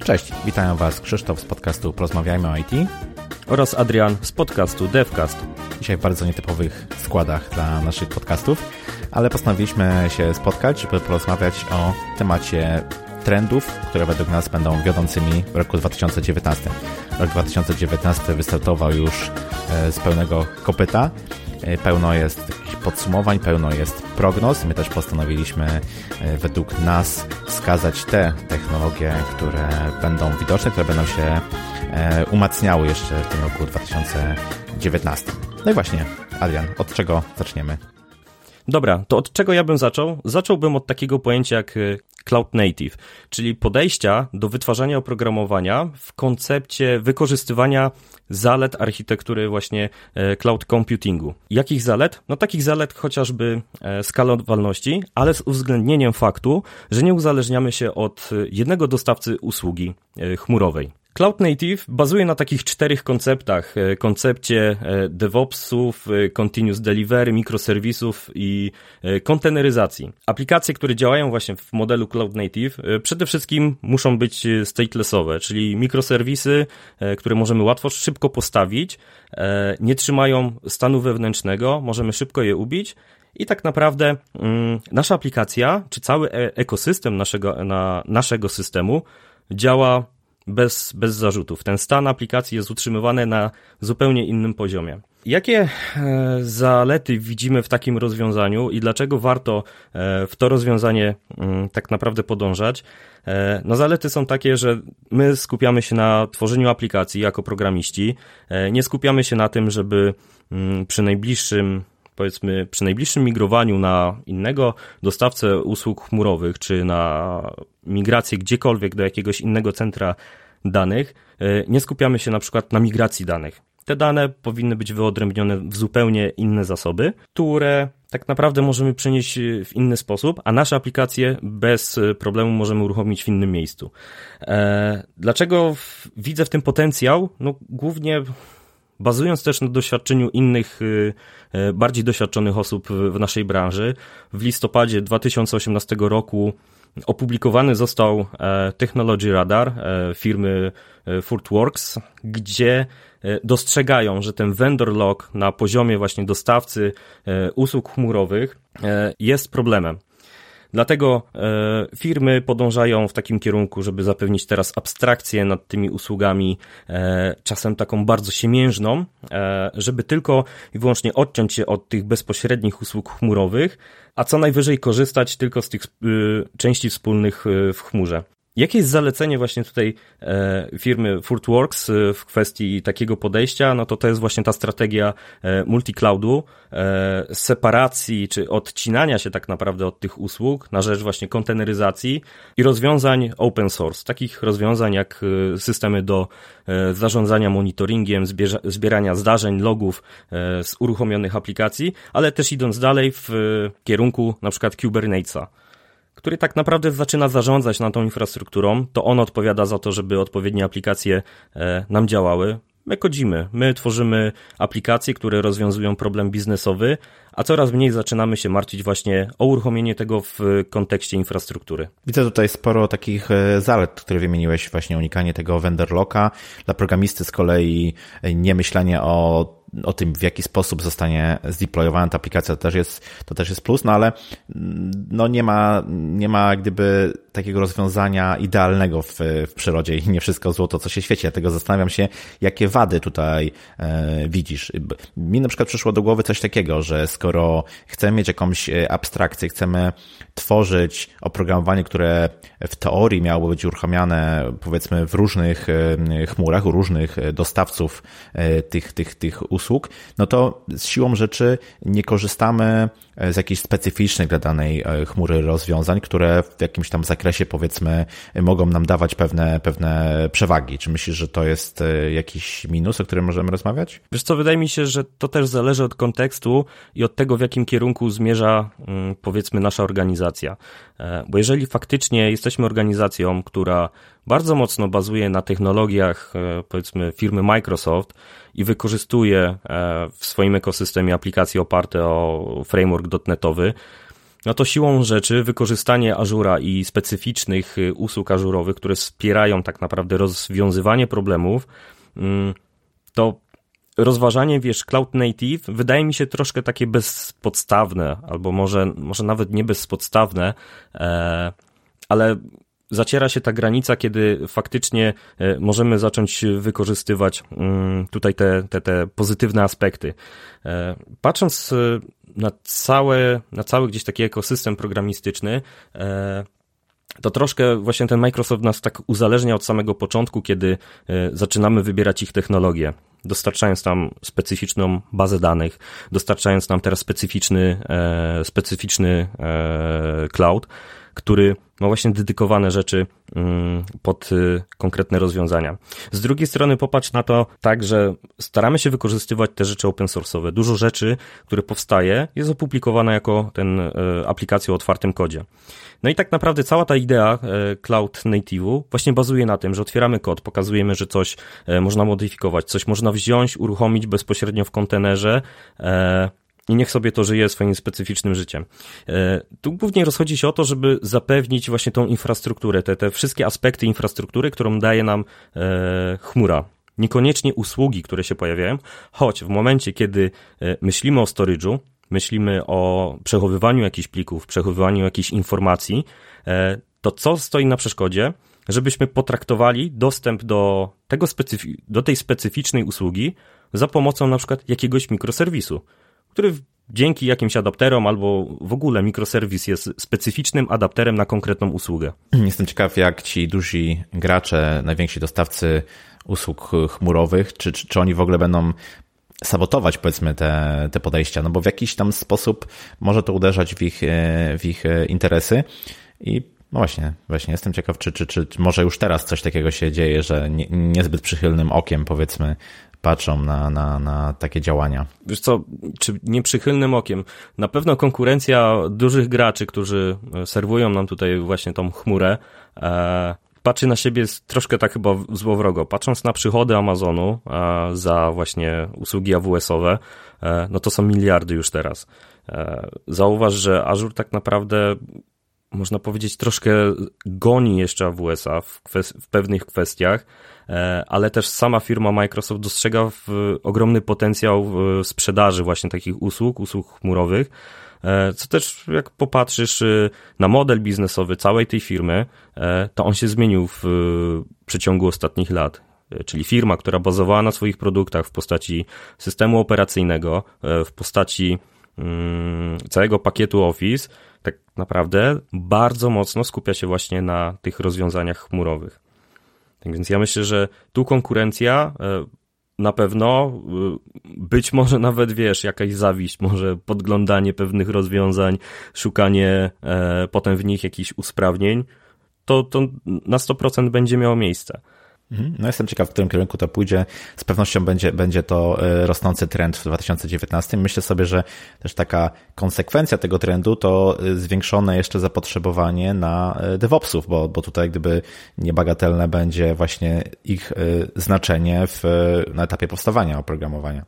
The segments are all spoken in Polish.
Cześć, witam Was Krzysztof z podcastu Porozmawiajmy o IT oraz Adrian z podcastu DevCast. Dzisiaj w bardzo nietypowych składach dla naszych podcastów, ale postanowiliśmy się spotkać, żeby porozmawiać o temacie trendów, które według nas będą wiodącymi w roku 2019. Rok 2019 wystartował już z pełnego kopyta. Pełno jest takich podsumowań, pełno jest prognoz. My też postanowiliśmy według nas wskazać te technologie, które będą widoczne, które będą się umacniały jeszcze w tym roku 2019. No i właśnie, Adrian, od czego zaczniemy? Dobra, to od czego ja bym zaczął? Zacząłbym od takiego pojęcia jak Cloud Native, czyli podejścia do wytwarzania oprogramowania w koncepcie wykorzystywania zalet architektury właśnie cloud computingu. Jakich zalet? No takich zalet chociażby skalowalności, ale z uwzględnieniem faktu, że nie uzależniamy się od jednego dostawcy usługi chmurowej. Cloud Native bazuje na takich 4 konceptach. Koncepcie DevOpsów, Continuous Delivery, mikroserwisów i konteneryzacji. Aplikacje, które działają właśnie w modelu Cloud Native, przede wszystkim muszą być statelessowe, czyli mikroserwisy, które możemy łatwo, szybko postawić, nie trzymają stanu wewnętrznego, możemy szybko je ubić. I tak naprawdę nasza aplikacja, czy cały ekosystem naszego systemu działa bez zarzutów. Ten stan aplikacji jest utrzymywany na zupełnie innym poziomie. Jakie zalety widzimy w takim rozwiązaniu i dlaczego warto w to rozwiązanie tak naprawdę podążać? No zalety są takie, że my skupiamy się na tworzeniu aplikacji jako programiści. Nie skupiamy się na tym, żeby przy najbliższym migrowaniu na innego dostawcę usług chmurowych, czy na migrację gdziekolwiek do jakiegoś innego centra danych, nie skupiamy się na przykład na migracji danych. Te dane powinny być wyodrębnione w zupełnie inne zasoby, które tak naprawdę możemy przenieść w inny sposób, a nasze aplikacje bez problemu możemy uruchomić w innym miejscu. Dlaczego widzę w tym potencjał? No głównie bazując też na doświadczeniu innych, bardziej doświadczonych osób w naszej branży. W listopadzie 2018 roku opublikowany został Technology Radar firmy ThoughtWorks, gdzie dostrzegają, że ten vendor lock na poziomie właśnie dostawcy usług chmurowych jest problemem. Dlatego firmy podążają w takim kierunku, żeby zapewnić teraz abstrakcję nad tymi usługami, czasem taką bardzo siemiężną, żeby tylko i wyłącznie odciąć się od tych bezpośrednich usług chmurowych, a co najwyżej korzystać tylko z tych części wspólnych w chmurze. Jakie jest zalecenie właśnie tutaj firmy ThoughtWorks w kwestii takiego podejścia? No to jest właśnie ta strategia multi-cloudu, separacji czy odcinania się tak naprawdę od tych usług na rzecz właśnie konteneryzacji i rozwiązań open source. Takich rozwiązań jak systemy do zarządzania monitoringiem, zbierania zdarzeń, logów z uruchomionych aplikacji, ale też idąc dalej w kierunku na przykład Kubernetesa, który tak naprawdę zaczyna zarządzać tą infrastrukturą. To on odpowiada za to, żeby odpowiednie aplikacje nam działały. My kodzimy, my tworzymy aplikacje, które rozwiązują problem biznesowy, a coraz mniej zaczynamy się martwić właśnie o uruchomienie tego w kontekście infrastruktury. Widzę tutaj sporo takich zalet, które wymieniłeś, właśnie unikanie tego vendor locka. Dla programisty z kolei nie myślenie o tym, w jaki sposób zostanie zdeployowana ta aplikacja, to też jest plus, no ale no nie ma gdyby takiego rozwiązania idealnego w przyrodzie i nie wszystko złoto, co się świeci. Dlatego zastanawiam się, jakie wady tutaj widzisz. Mi na przykład przyszło do głowy coś takiego, że skoro chcemy mieć jakąś abstrakcję, chcemy tworzyć oprogramowanie, które w teorii miałoby być uruchamiane powiedzmy w różnych chmurach, u różnych dostawców tych usług, no to z siłą rzeczy nie korzystamy z jakichś specyficznych dla danej chmury rozwiązań, które w jakimś tam zakresie powiedzmy mogą nam dawać pewne przewagi. Czy myślisz, że to jest jakiś minus, o którym możemy rozmawiać? Wiesz co, wydaje mi się, że to też zależy od kontekstu i od tego, w jakim kierunku zmierza powiedzmy nasza organizacja. Bo jeżeli faktycznie jesteśmy organizacją, która bardzo mocno bazuje na technologiach powiedzmy firmy Microsoft i wykorzystuje w swoim ekosystemie aplikacje oparte o framework .NET-owy, no to siłą rzeczy wykorzystanie Azure'a i specyficznych usług ażurowych, które wspierają tak naprawdę rozwiązywanie problemów, to rozważanie, Cloud Native wydaje mi się troszkę takie bezpodstawne, albo może nawet nie bezpodstawne, ale zaciera się ta granica, kiedy faktycznie możemy zacząć wykorzystywać tutaj te pozytywne aspekty. Patrząc na cały gdzieś taki ekosystem programistyczny, to troszkę właśnie ten Microsoft nas tak uzależnia od samego początku, kiedy zaczynamy wybierać ich technologię, dostarczając nam specyficzną bazę danych, dostarczając nam teraz specyficzny cloud, który ma właśnie dedykowane rzeczy pod konkretne rozwiązania. Z drugiej strony popatrz na to tak, że staramy się wykorzystywać te rzeczy open source'owe. Dużo rzeczy, które powstaje, jest opublikowane jako aplikacje o otwartym kodzie. No i tak naprawdę cała ta idea Cloud Native'u właśnie bazuje na tym, że otwieramy kod, pokazujemy, że coś można modyfikować, coś można wziąć, uruchomić bezpośrednio w kontenerze, i niech sobie to żyje swoim specyficznym życiem. Tu głównie rozchodzi się o to, żeby zapewnić właśnie tą infrastrukturę, te wszystkie aspekty infrastruktury, którą daje nam chmura. Niekoniecznie usługi, które się pojawiają, choć w momencie, kiedy myślimy o storage'u, myślimy o przechowywaniu jakichś plików, przechowywaniu jakichś informacji, to co stoi na przeszkodzie, żebyśmy potraktowali dostęp do tej specyficznej usługi za pomocą na przykład jakiegoś mikroserwisu, który dzięki jakimś adapterom albo w ogóle mikroserwis jest specyficznym adapterem na konkretną usługę. Jestem ciekaw, jak ci duzi gracze, najwięksi dostawcy usług chmurowych, czy oni w ogóle będą sabotować, powiedzmy, te podejścia, no bo w jakiś tam sposób może to uderzać w ich interesy i no właśnie jestem ciekaw, czy może już teraz coś takiego się dzieje, że niezbyt przychylnym okiem, powiedzmy, patrzą na takie działania. Wiesz co, czy nieprzychylnym okiem? Na pewno konkurencja dużych graczy, którzy serwują nam tutaj właśnie tą chmurę, patrzy na siebie troszkę tak chyba złowrogo. Patrząc na przychody Amazonu za właśnie usługi AWS-owe, no to są miliardy już teraz. Zauważ, że Azure tak naprawdę, można powiedzieć, troszkę goni jeszcze AWS-a w pewnych kwestiach, ale też sama firma Microsoft dostrzega ogromny potencjał w sprzedaży właśnie takich usług chmurowych, co też jak popatrzysz na model biznesowy całej tej firmy, to on się zmienił w przeciągu ostatnich lat. Czyli firma, która bazowała na swoich produktach w postaci systemu operacyjnego, w postaci całego pakietu Office, tak naprawdę bardzo mocno skupia się właśnie na tych rozwiązaniach chmurowych. Tak więc ja myślę, że tu konkurencja na pewno, być może nawet, jakaś zawiść, może podglądanie pewnych rozwiązań, szukanie potem w nich jakichś usprawnień, to na 100% będzie miało miejsce. No jestem ciekaw, w którym kierunku to pójdzie. Z pewnością będzie to rosnący trend w 2019. Myślę sobie, że też taka konsekwencja tego trendu to zwiększone jeszcze zapotrzebowanie na DevOpsów, bo tutaj gdyby niebagatelne będzie właśnie ich znaczenie na etapie powstawania oprogramowania.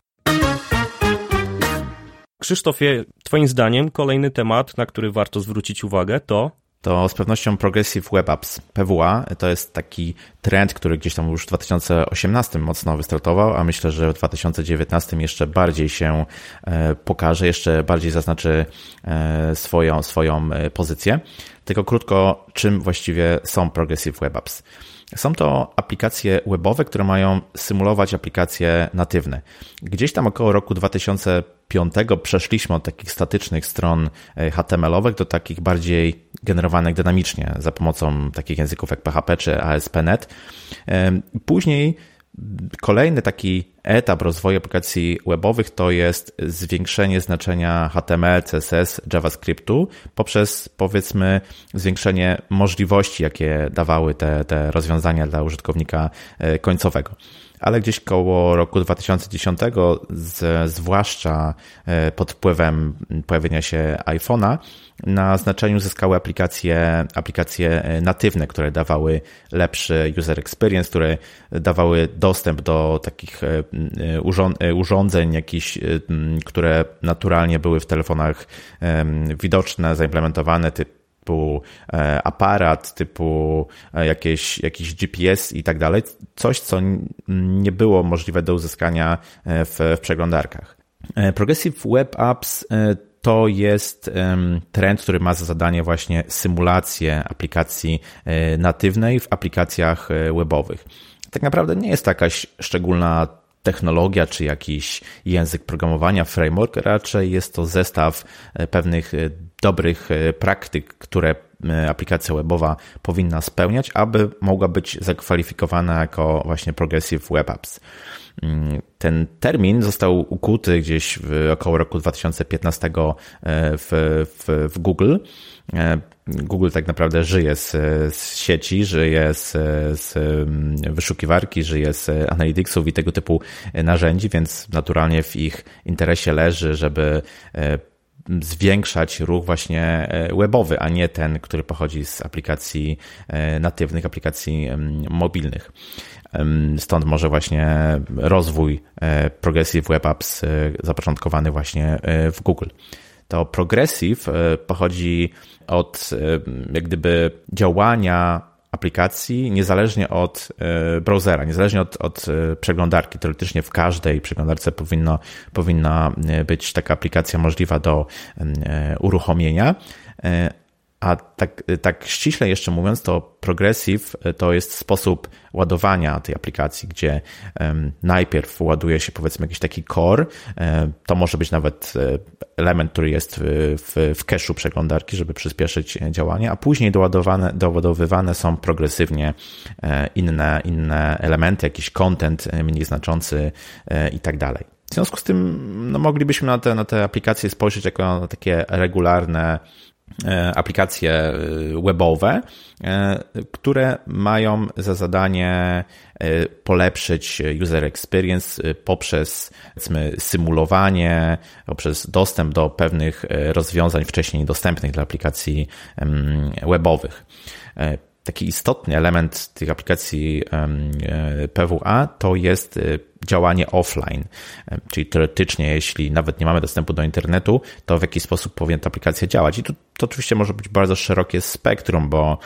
Krzysztofie, twoim zdaniem kolejny temat, na który warto zwrócić uwagę, to z pewnością Progressive Web Apps, PWA. To jest taki trend, który gdzieś tam już w 2018 mocno wystartował, a myślę, że w 2019 jeszcze bardziej się pokaże, jeszcze bardziej zaznaczy swoją pozycję. Tylko krótko, czym właściwie są Progressive Web Apps? Są to aplikacje webowe, które mają symulować aplikacje natywne. Gdzieś tam około roku 2005 przeszliśmy od takich statycznych stron HTML-owych do takich bardziej generowanych dynamicznie za pomocą takich języków jak PHP czy ASP.NET. Później kolejny taki etap rozwoju aplikacji webowych to jest zwiększenie znaczenia HTML, CSS, JavaScriptu poprzez, powiedzmy, zwiększenie możliwości, jakie dawały te rozwiązania dla użytkownika końcowego. ale gdzieś koło roku 2010, zwłaszcza pod wpływem pojawienia się iPhone'a, na znaczeniu zyskały aplikacje natywne, które dawały lepszy user experience, które dawały dostęp do takich urządzeń jakichś, które naturalnie były w telefonach widoczne, zaimplementowane, typu aparat, typu jakiś GPS i tak dalej. Coś, co nie było możliwe do uzyskania w przeglądarkach. Progressive Web Apps to jest trend, który ma za zadanie właśnie symulację aplikacji natywnej w aplikacjach webowych. Tak naprawdę nie jest to jakaś szczególna technologia czy jakiś język programowania, framework, raczej jest to zestaw pewnych dobrych praktyk, które aplikacja webowa powinna spełniać, aby mogła być zakwalifikowana jako właśnie Progressive Web Apps. Ten termin został ukuty gdzieś około roku 2015 w Google. Google tak naprawdę żyje z sieci, żyje z wyszukiwarki, żyje z analyticsów i tego typu narzędzi, więc naturalnie w ich interesie leży, żeby zwiększać ruch właśnie webowy, a nie ten, który pochodzi z aplikacji natywnych, aplikacji mobilnych. Stąd może właśnie rozwój Progressive Web Apps zapoczątkowany właśnie w Google. To Progressive pochodzi od jak gdyby działania aplikacji niezależnie od browsera, niezależnie od przeglądarki. Teoretycznie w każdej przeglądarce powinna być taka aplikacja możliwa do uruchomienia. A tak ściśle jeszcze mówiąc, to Progressive to jest sposób ładowania tej aplikacji, gdzie najpierw ładuje się powiedzmy jakiś taki core, to może być nawet element, który jest w cache'u przeglądarki, żeby przyspieszyć działanie, a później doładowywane są progresywnie inne elementy, jakiś content mniej znaczący i tak dalej. W związku z tym moglibyśmy na te aplikacje spojrzeć jako na takie regularne aplikacje webowe, które mają za zadanie polepszyć user experience poprzez powiedzmy symulowanie, poprzez dostęp do pewnych rozwiązań wcześniej dostępnych dla aplikacji webowych. Taki istotny element tych aplikacji PWA to jest działanie offline, czyli teoretycznie, jeśli nawet nie mamy dostępu do internetu, to w jaki sposób powinna ta aplikacja działać. I to oczywiście może być bardzo szerokie spektrum, bo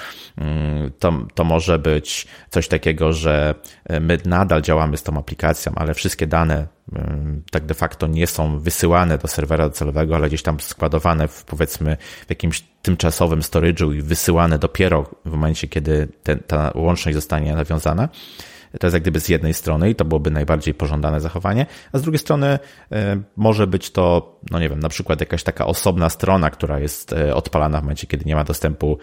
to może być coś takiego, że my nadal działamy z tą aplikacją, ale wszystkie dane tak de facto nie są wysyłane do serwera docelowego, ale gdzieś tam składowane powiedzmy w jakimś tymczasowym storage'u i wysyłane dopiero w momencie, kiedy ta łączność zostanie nawiązana. To jest jak gdyby z jednej strony i to byłoby najbardziej pożądane zachowanie, a z drugiej strony może być to, no nie wiem, na przykład jakaś taka osobna strona, która jest odpalana w momencie, kiedy nie ma dostępu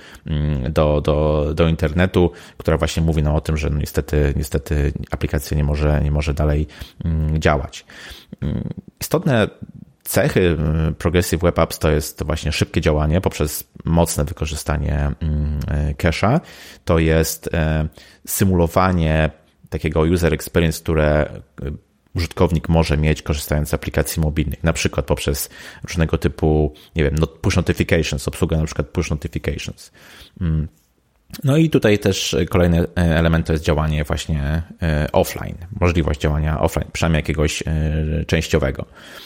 do internetu, która właśnie mówi nam o tym, że no niestety aplikacja nie może dalej działać. Istotne cechy Progressive Web Apps to jest właśnie szybkie działanie poprzez mocne wykorzystanie cache'a, to jest symulowanie takiego user experience, które użytkownik może mieć korzystając z aplikacji mobilnych, na przykład poprzez różnego typu, nie wiem, push notifications, obsługa na przykład push notifications. No i tutaj też kolejny element to jest działanie właśnie offline, możliwość działania offline, przynajmniej jakiegoś częściowego.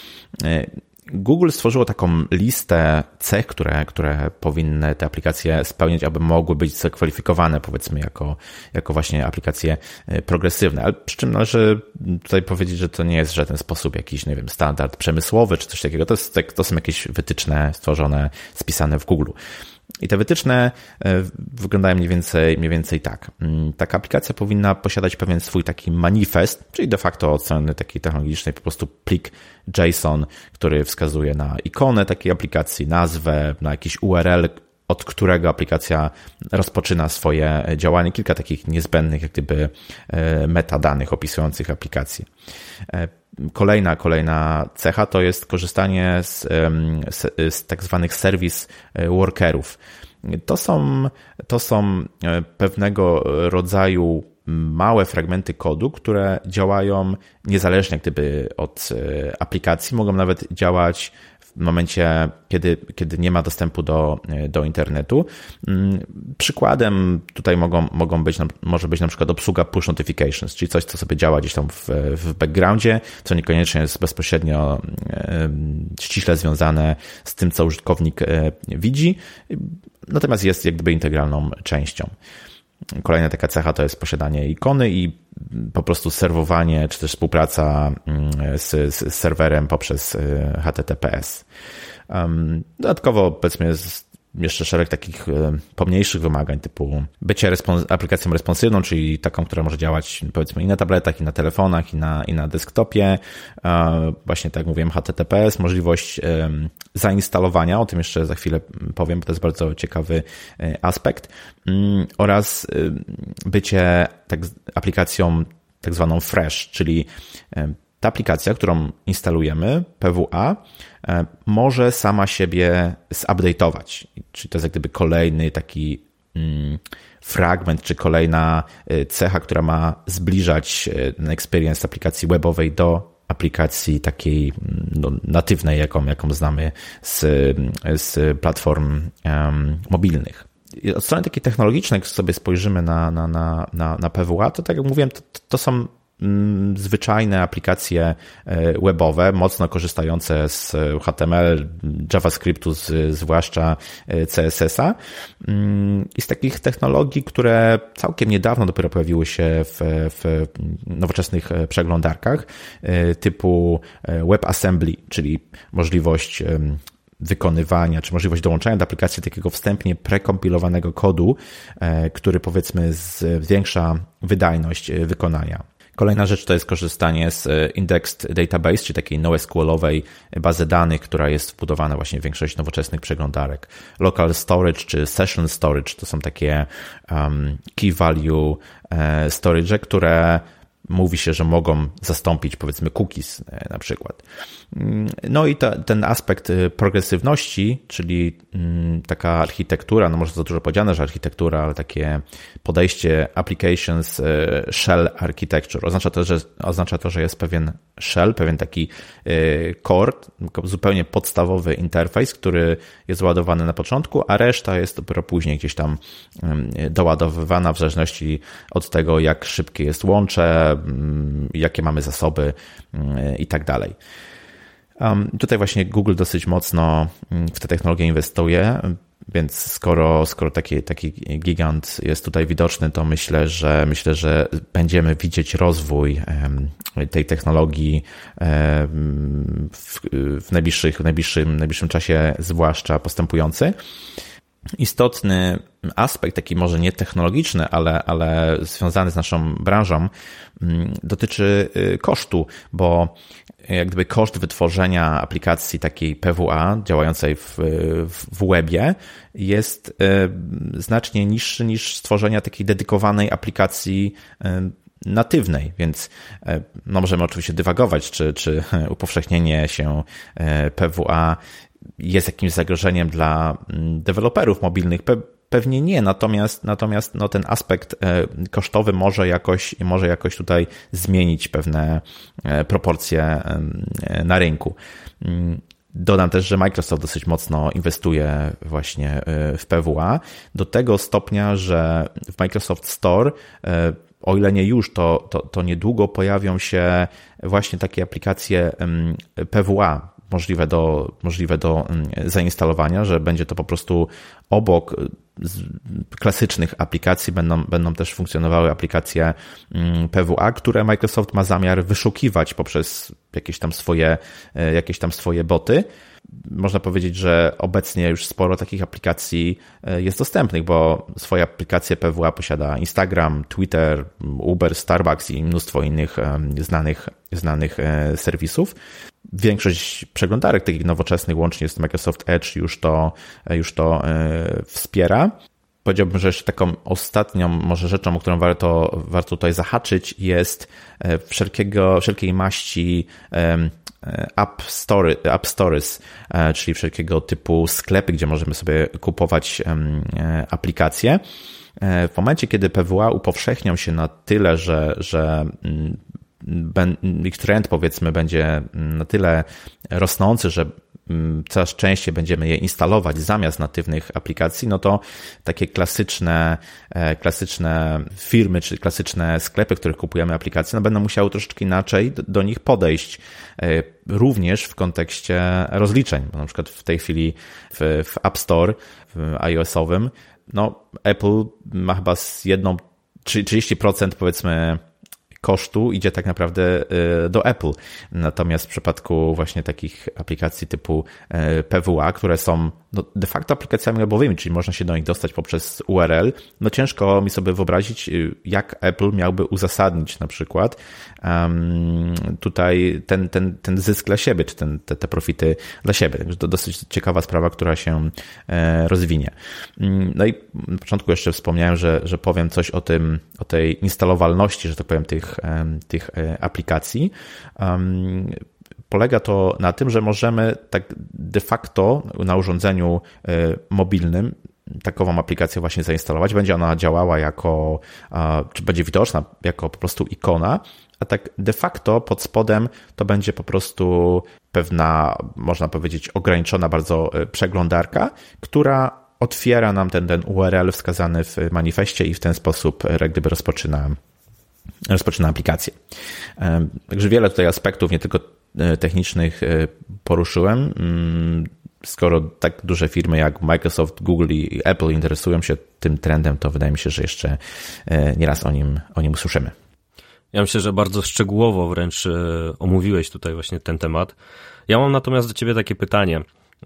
Google stworzyło taką listę cech, które powinny te aplikacje spełniać, aby mogły być zakwalifikowane powiedzmy jako właśnie aplikacje progresywne. Ale przy czym należy tutaj powiedzieć, że to nie jest w żaden sposób jakiś, nie wiem, standard przemysłowy czy coś takiego. To są jakieś wytyczne stworzone, spisane w Google. I te wytyczne wyglądają mniej więcej tak. Taka aplikacja powinna posiadać pewien swój taki manifest, czyli de facto od strony takiej technologicznej po prostu plik JSON, który wskazuje na ikonę takiej aplikacji, nazwę, na jakiś URL, od którego aplikacja rozpoczyna swoje działanie. Kilka takich niezbędnych jak gdyby metadanych opisujących aplikację. Kolejna cecha to jest korzystanie z tak zwanych service workerów. To są pewnego rodzaju małe fragmenty kodu, które działają niezależnie gdyby od aplikacji, mogą nawet działać w momencie, kiedy nie ma dostępu do internetu. Przykładem tutaj może być na przykład obsługa push notifications, czyli coś, co sobie działa gdzieś tam w backgroundzie, co niekoniecznie jest bezpośrednio ściśle związane z tym, co użytkownik widzi, natomiast jest jak gdyby integralną częścią. Kolejna taka cecha to jest posiadanie ikony i po prostu serwowanie, czy też współpraca z serwerem poprzez HTTPS. Dodatkowo powiedzmy jest jeszcze szereg takich pomniejszych wymagań, typu bycie aplikacją responsywną, czyli taką, która może działać powiedzmy i na tabletach, i na telefonach, i na desktopie. Właśnie tak jak mówiłem, HTTPS, możliwość zainstalowania, o tym jeszcze za chwilę powiem, bo to jest bardzo ciekawy aspekt, oraz bycie aplikacją tak zwaną fresh, czyli ta aplikacja, którą instalujemy, PWA, może sama siebie zupdate'ować. Czyli to jest jak gdyby kolejny taki fragment, czy kolejna cecha, która ma zbliżać ten experience aplikacji webowej do aplikacji takiej natywnej, jaką znamy z platform mobilnych. Od strony takiej technologicznej, jak sobie spojrzymy na PWA, to tak jak mówiłem, to są zwyczajne aplikacje webowe, mocno korzystające z HTML, JavaScriptu, zwłaszcza CSS-a i z takich technologii, które całkiem niedawno dopiero pojawiły się w nowoczesnych przeglądarkach typu WebAssembly, czyli możliwość wykonywania, czy możliwość dołączania do aplikacji takiego wstępnie prekompilowanego kodu, który powiedzmy zwiększa wydajność wykonania. Kolejna rzecz to jest korzystanie z Indexed Database, czyli takiej NoSQL-owej bazy danych, która jest wbudowana właśnie w większość nowoczesnych przeglądarek. Local Storage czy Session Storage to są takie key value storage, które mówi się, że mogą zastąpić powiedzmy cookies na przykład. No i ten aspekt progresywności, czyli taka architektura, no może za dużo powiedziane, że architektura, ale takie podejście applications shell architecture. Oznacza to, że jest pewien shell, pewien taki core, zupełnie podstawowy interfejs, który jest ładowany na początku, a reszta jest dopiero później gdzieś tam doładowywana w zależności od tego, jak szybkie jest łącze, jakie mamy zasoby i tak dalej. Tutaj właśnie Google dosyć mocno w tę technologię inwestuje, więc skoro taki gigant jest tutaj widoczny, to myślę, że będziemy widzieć rozwój tej technologii w najbliższym czasie, zwłaszcza postępujący. Istotny aspekt, taki może nie technologiczny, ale związany z naszą branżą, dotyczy kosztu, bo jak gdyby koszt wytworzenia aplikacji takiej PWA działającej w webie jest znacznie niższy niż stworzenia takiej dedykowanej aplikacji natywnej, więc no możemy oczywiście dywagować, czy upowszechnienie się PWA jest jakimś zagrożeniem dla deweloperów mobilnych. Pewnie nie, natomiast no, ten aspekt kosztowy może jakoś tutaj zmienić pewne proporcje na rynku. Dodam też, że Microsoft dosyć mocno inwestuje właśnie w PWA do tego stopnia, że w Microsoft Store, o ile nie już, to niedługo pojawią się właśnie takie aplikacje PWA, możliwe do zainstalowania, że będzie to po prostu obok klasycznych aplikacji będą też funkcjonowały aplikacje PWA, które Microsoft ma zamiar wyszukiwać poprzez jakieś tam swoje boty. Można powiedzieć, że obecnie już sporo takich aplikacji jest dostępnych, bo swoje aplikacje PWA posiada Instagram, Twitter, Uber, Starbucks i mnóstwo innych znanych serwisów. Większość przeglądarek takich nowoczesnych, łącznie z Microsoft Edge, już to wspiera. Powiedziałbym, że jeszcze taką ostatnią może rzeczą, o którą warto tutaj zahaczyć, jest wszelkiej maści app stores, czyli wszelkiego typu sklepy, gdzie możemy sobie kupować aplikacje. w momencie, kiedy PWA upowszechnią się na tyle, że ich trend, powiedzmy, będzie na tyle rosnący, że coraz częściej będziemy je instalować zamiast natywnych aplikacji, no to takie klasyczne firmy czy klasyczne sklepy, w których kupujemy aplikacje, no będą musiały troszeczkę inaczej do nich podejść, również w kontekście rozliczeń, bo na przykład w tej chwili w App Store w iOS-owym, no Apple ma chyba 30% powiedzmy kosztu idzie tak naprawdę do Apple. Natomiast w przypadku właśnie takich aplikacji typu PWA, które są de facto aplikacjami webowymi, czyli można się do nich dostać poprzez URL, no ciężko mi sobie wyobrazić, jak Apple miałby uzasadnić na przykład tutaj ten zysk dla siebie, czy te profity dla siebie. Także to dosyć ciekawa sprawa, która się rozwinie. No i na początku jeszcze wspomniałem, że powiem coś o tej instalowalności, że tak powiem, tych aplikacji. Polega to na tym, że możemy tak de facto na urządzeniu mobilnym takową aplikację właśnie zainstalować. Będzie ona działała czy będzie widoczna jako po prostu ikona, a tak de facto pod spodem to będzie po prostu pewna, można powiedzieć, ograniczona bardzo przeglądarka, która otwiera nam ten URL wskazany w manifestie i w ten sposób jak gdyby rozpoczyna aplikację. Także wiele tutaj aspektów, nie tylko technicznych, poruszyłem. Skoro tak duże firmy jak Microsoft, Google i Apple interesują się tym trendem, to wydaje mi się, że jeszcze nieraz o nim usłyszymy. Ja myślę, że bardzo szczegółowo wręcz omówiłeś tutaj właśnie ten temat. Ja mam natomiast do ciebie takie pytanie.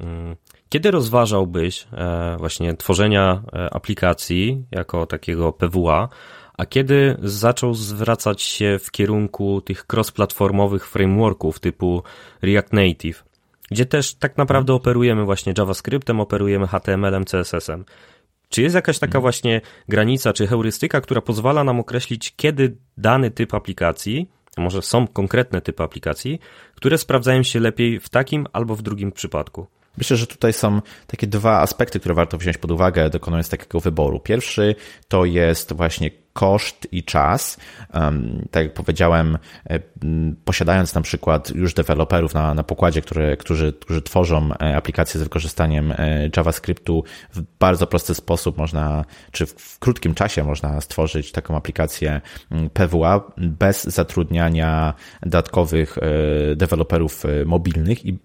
Kiedy rozważałbyś właśnie tworzenia aplikacji jako takiego PWA, a kiedy zaczął zwracać się w kierunku tych cross-platformowych frameworków typu React Native, gdzie też tak naprawdę operujemy właśnie JavaScriptem, operujemy HTML-em, CSS-em. Czy jest jakaś taka właśnie granica czy heurystyka, która pozwala nam określić, kiedy dany typ aplikacji, a może są konkretne typy aplikacji, które sprawdzają się lepiej w takim albo w drugim przypadku? Myślę, że tutaj są takie dwa aspekty, które warto wziąć pod uwagę, dokonując takiego wyboru. Pierwszy to jest właśnie koszt i czas. Tak jak powiedziałem, posiadając na przykład już deweloperów na pokładzie, którzy tworzą aplikacje z wykorzystaniem JavaScriptu, w bardzo prosty sposób czy w krótkim czasie można stworzyć taką aplikację PWA bez zatrudniania dodatkowych deweloperów mobilnych i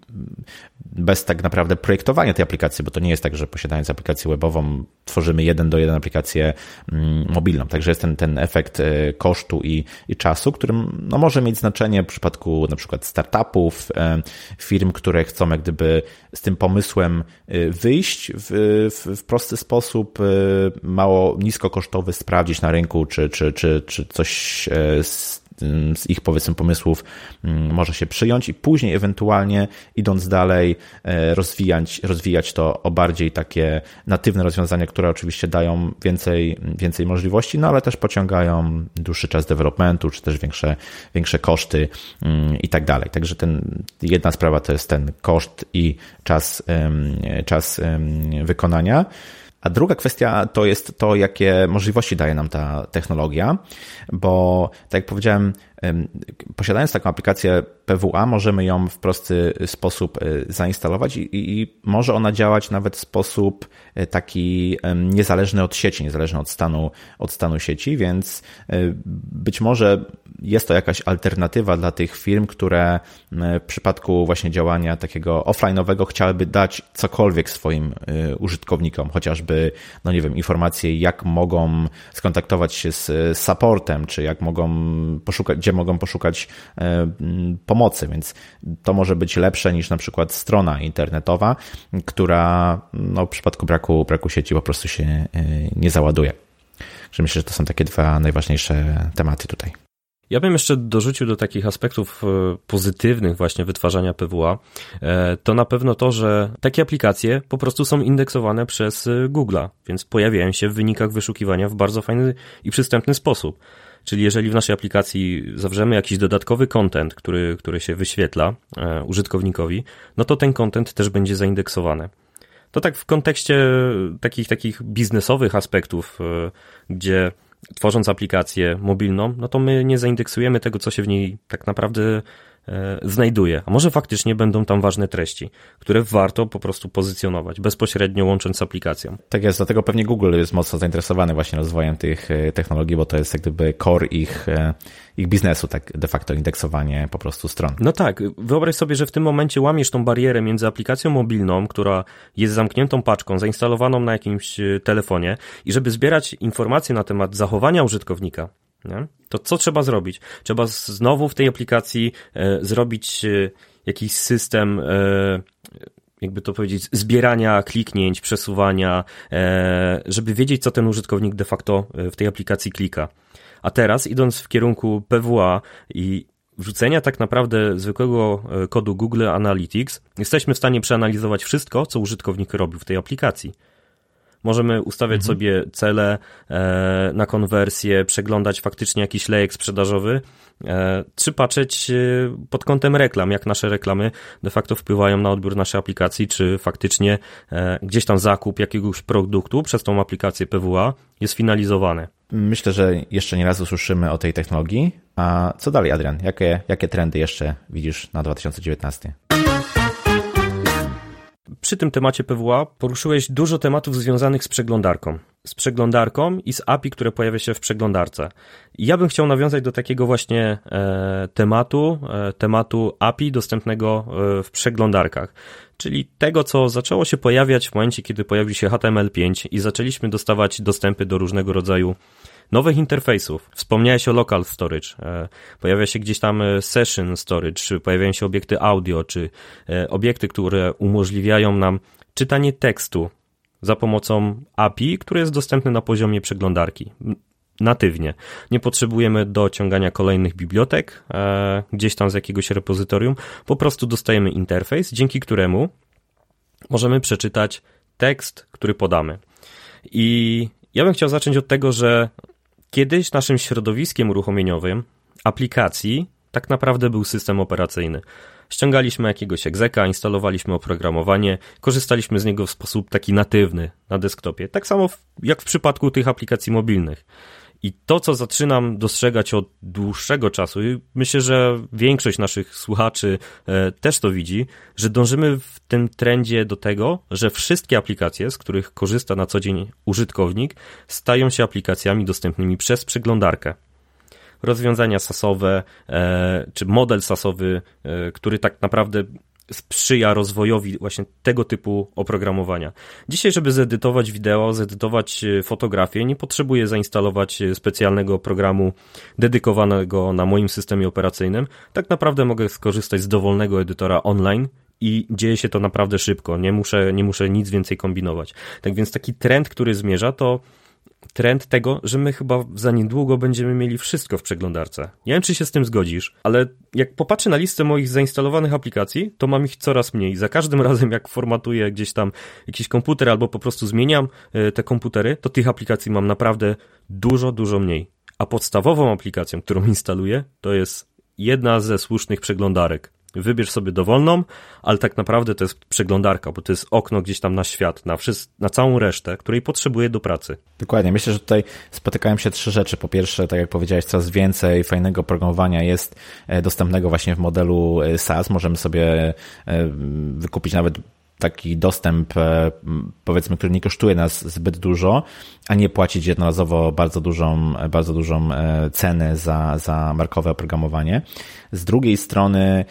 bez tak naprawdę projektowania tej aplikacji, bo to nie jest tak, że posiadając aplikację webową tworzymy 1:1 aplikację mobilną. Także jest ten efekt kosztu i czasu, który może mieć znaczenie w przypadku na przykład startupów, firm, które chcą jak gdyby z tym pomysłem wyjść w prosty sposób, niskokosztowy, sprawdzić na rynku, czy coś z ich powiedzmy pomysłów może się przyjąć i później ewentualnie idąc dalej rozwijać to o bardziej takie natywne rozwiązania, które oczywiście dają więcej możliwości, no ale też pociągają dłuższy czas developmentu, czy też większe koszty i tak dalej. Także jedna sprawa to jest ten koszt i czas wykonania. A druga kwestia to jest to, jakie możliwości daje nam ta technologia, bo tak jak powiedziałem, posiadając taką aplikację PWA możemy ją w prosty sposób zainstalować i może ona działać nawet w sposób taki niezależny od sieci, niezależny od stanu sieci, więc być może jest to jakaś alternatywa dla tych firm, które w przypadku właśnie działania takiego offline'owego chciałyby dać cokolwiek swoim użytkownikom, chociażby, no nie wiem, informacje, jak mogą skontaktować się z supportem, czy jak mogą poszukać, gdzie mogą poszukać pomocy, więc to może być lepsze niż na przykład strona internetowa, która w przypadku braku sieci po prostu się nie załaduje. Także myślę, że to są takie dwa najważniejsze tematy tutaj. Ja bym jeszcze dorzucił do takich aspektów pozytywnych właśnie wytwarzania PWA, to na pewno to, że takie aplikacje po prostu są indeksowane przez Google'a, więc pojawiają się w wynikach wyszukiwania w bardzo fajny i przystępny sposób. Czyli jeżeli w naszej aplikacji zawrzemy jakiś dodatkowy content, który się wyświetla użytkownikowi, no to ten content też będzie zaindeksowany. To tak w kontekście takich biznesowych aspektów, gdzie tworząc aplikację mobilną, no to my nie zaindeksujemy tego, co się w niej tak naprawdę znajduje. A może faktycznie będą tam ważne treści, które warto po prostu pozycjonować, bezpośrednio łącząc z aplikacją. Tak jest, dlatego pewnie Google jest mocno zainteresowany właśnie rozwojem tych technologii, bo to jest jak gdyby core ich biznesu, tak de facto indeksowanie po prostu stron. No tak, wyobraź sobie, że w tym momencie łamiesz tą barierę między aplikacją mobilną, która jest zamkniętą paczką, zainstalowaną na jakimś telefonie i żeby zbierać informacje na temat zachowania użytkownika, nie? To co trzeba zrobić? Trzeba znowu w tej aplikacji zrobić jakiś system, jakby to powiedzieć, zbierania kliknięć, przesuwania, żeby wiedzieć, co ten użytkownik de facto w tej aplikacji klika. A teraz, idąc w kierunku PWA i wrzucenia tak naprawdę zwykłego kodu Google Analytics, jesteśmy w stanie przeanalizować wszystko, co użytkownik robił w tej aplikacji. Możemy ustawiać sobie cele na konwersję, przeglądać faktycznie jakiś lejek sprzedażowy, czy patrzeć pod kątem reklam, jak nasze reklamy de facto wpływają na odbiór naszej aplikacji, czy faktycznie gdzieś tam zakup jakiegoś produktu przez tą aplikację PWA jest finalizowany. Myślę, że jeszcze nie raz usłyszymy o tej technologii. A co dalej, Adrian? Jakie trendy jeszcze widzisz na 2019? Przy tym temacie PWA poruszyłeś dużo tematów związanych z przeglądarką. Z przeglądarką i z API, które pojawia się w przeglądarce. I ja bym chciał nawiązać do takiego właśnie tematu API dostępnego w przeglądarkach. Czyli tego, co zaczęło się pojawiać w momencie, kiedy pojawił się HTML5 i zaczęliśmy dostawać dostępy do różnego rodzaju nowych interfejsów. Wspomniałeś o local storage, pojawia się gdzieś tam session storage, pojawiają się obiekty audio, czy obiekty, które umożliwiają nam czytanie tekstu za pomocą API, które jest dostępne na poziomie przeglądarki. Natywnie. Nie potrzebujemy dociągania kolejnych bibliotek gdzieś tam z jakiegoś repozytorium. Po prostu dostajemy interfejs, dzięki któremu możemy przeczytać tekst, który podamy. I ja bym chciał zacząć od tego, że kiedyś naszym środowiskiem uruchomieniowym aplikacji tak naprawdę był system operacyjny. Ściągaliśmy jakiegoś egzeka, instalowaliśmy oprogramowanie, korzystaliśmy z niego w sposób taki natywny na desktopie. Tak samo jak w przypadku tych aplikacji mobilnych. I to, co zaczynam dostrzegać od dłuższego czasu, i myślę, że większość naszych słuchaczy też to widzi, że dążymy w tym trendzie do tego, że wszystkie aplikacje, z których korzysta na co dzień użytkownik, stają się aplikacjami dostępnymi przez przeglądarkę. Rozwiązania SaaS-owe, czy model SaaS-owy, który tak naprawdę sprzyja rozwojowi właśnie tego typu oprogramowania. Dzisiaj, żeby zedytować wideo, zedytować fotografię, nie potrzebuję zainstalować specjalnego programu dedykowanego na moim systemie operacyjnym. Tak naprawdę mogę skorzystać z dowolnego edytora online i dzieje się to naprawdę szybko. Nie muszę nic więcej kombinować. Tak więc taki trend, który zmierza, to trend tego, że my chyba za niedługo będziemy mieli wszystko w przeglądarce. Nie wiem, czy się z tym zgodzisz, ale jak popatrzę na listę moich zainstalowanych aplikacji, to mam ich coraz mniej. Za każdym razem, jak formatuję gdzieś tam jakiś komputer albo po prostu zmieniam te komputery, to tych aplikacji mam naprawdę dużo mniej. A podstawową aplikacją, którą instaluję, to jest jedna ze słusznych przeglądarek. Wybierz sobie dowolną, ale tak naprawdę to jest przeglądarka, bo to jest okno gdzieś tam na świat, na całą resztę, której potrzebuję do pracy. Dokładnie. Myślę, że tutaj spotykają się trzy rzeczy. Po pierwsze, tak jak powiedziałeś, coraz więcej fajnego oprogramowania jest dostępnego właśnie w modelu SaaS. Możemy sobie wykupić nawet taki dostęp, powiedzmy, który nie kosztuje nas zbyt dużo, a nie płacić jednorazowo bardzo dużą cenę za markowe oprogramowanie. Z drugiej strony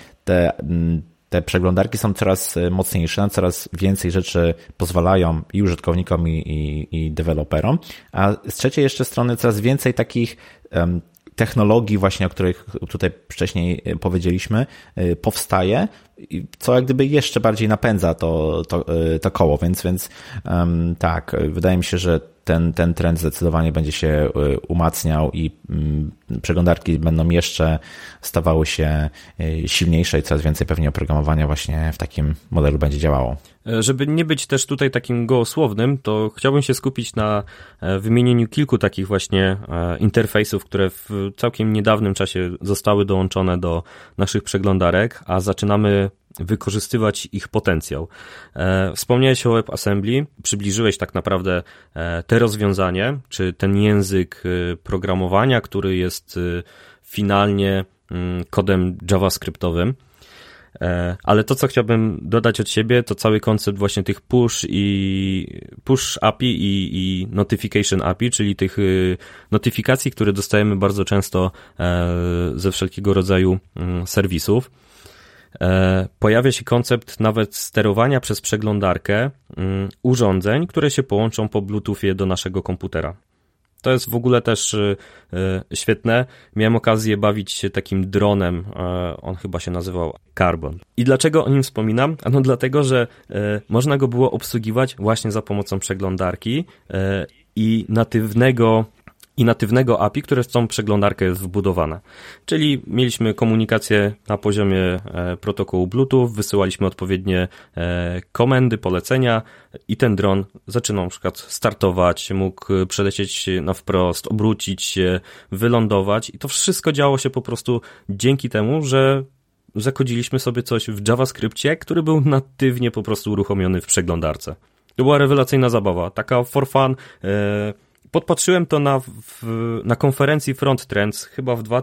te przeglądarki są coraz mocniejsze, na coraz więcej rzeczy pozwalają i użytkownikom, i deweloperom, a z trzeciej jeszcze strony coraz więcej takich technologii właśnie, o których tutaj wcześniej powiedzieliśmy, powstaje, co jak gdyby jeszcze bardziej napędza to koło, więc tak, wydaje mi się, że ten trend zdecydowanie będzie się umacniał i przeglądarki będą jeszcze stawały się silniejsze i coraz więcej pewnie oprogramowania właśnie w takim modelu będzie działało. Żeby nie być też tutaj takim gołosłownym, to chciałbym się skupić na wymienieniu kilku takich właśnie interfejsów, które w całkiem niedawnym czasie zostały dołączone do naszych przeglądarek, a zaczynamy wykorzystywać ich potencjał. Wspomniałeś o WebAssembly, przybliżyłeś tak naprawdę te rozwiązanie, czy ten język programowania, który jest finalnie kodem javascriptowym. Ale to, co chciałbym dodać od siebie, to cały koncept właśnie tych push API i notification API, czyli tych notyfikacji, które dostajemy bardzo często ze wszelkiego rodzaju serwisów. Pojawia się koncept nawet sterowania przez przeglądarkę urządzeń, które się połączą po Bluetoothie do naszego komputera. To jest w ogóle też świetne. Miałem okazję bawić się takim dronem, on chyba się nazywał Carbon. I dlaczego o nim wspominam? Ano dlatego, że można go było obsługiwać właśnie za pomocą przeglądarki i natywnego API, które w tą przeglądarkę jest wbudowane. Czyli mieliśmy komunikację na poziomie protokołu Bluetooth, wysyłaliśmy odpowiednie komendy, polecenia i ten dron zaczynał na przykład startować, mógł przelecieć na wprost, obrócić się, wylądować i to wszystko działo się po prostu dzięki temu, że zakodziliśmy sobie coś w JavaScriptie, który był natywnie po prostu uruchomiony w przeglądarce. To była rewelacyjna zabawa, taka for fun. Podpatrzyłem to na konferencji Front Trends chyba w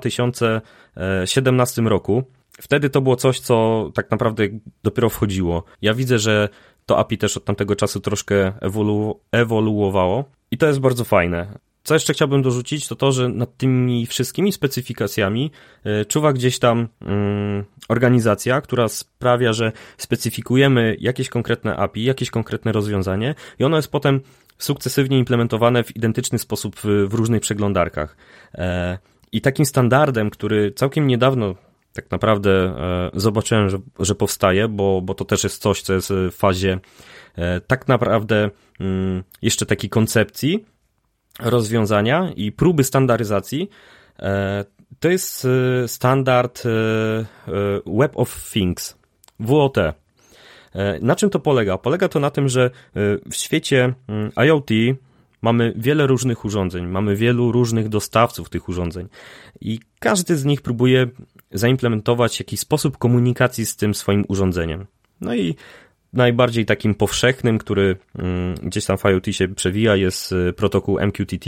2017 roku. Wtedy to było coś, co tak naprawdę dopiero wchodziło. Ja widzę, że to API też od tamtego czasu troszkę ewoluowało i to jest bardzo fajne. Co jeszcze chciałbym dorzucić, to to, że nad tymi wszystkimi specyfikacjami czuwa gdzieś tam organizacja, która sprawia, że specyfikujemy jakieś konkretne API, jakieś konkretne rozwiązanie i ono jest potem sukcesywnie implementowane w identyczny sposób w różnych przeglądarkach. I takim standardem, który całkiem niedawno tak naprawdę zobaczyłem, że powstaje, bo to też jest coś, co jest w fazie tak naprawdę jeszcze takiej koncepcji rozwiązania i próby standaryzacji, to jest standard Web of Things, WOT. Na czym to polega? Polega to na tym, że w świecie IoT mamy wiele różnych urządzeń, mamy wielu różnych dostawców tych urządzeń i każdy z nich próbuje zaimplementować jakiś sposób komunikacji z tym swoim urządzeniem. No i najbardziej takim powszechnym, który gdzieś tam w IoT się przewija, jest protokół MQTT.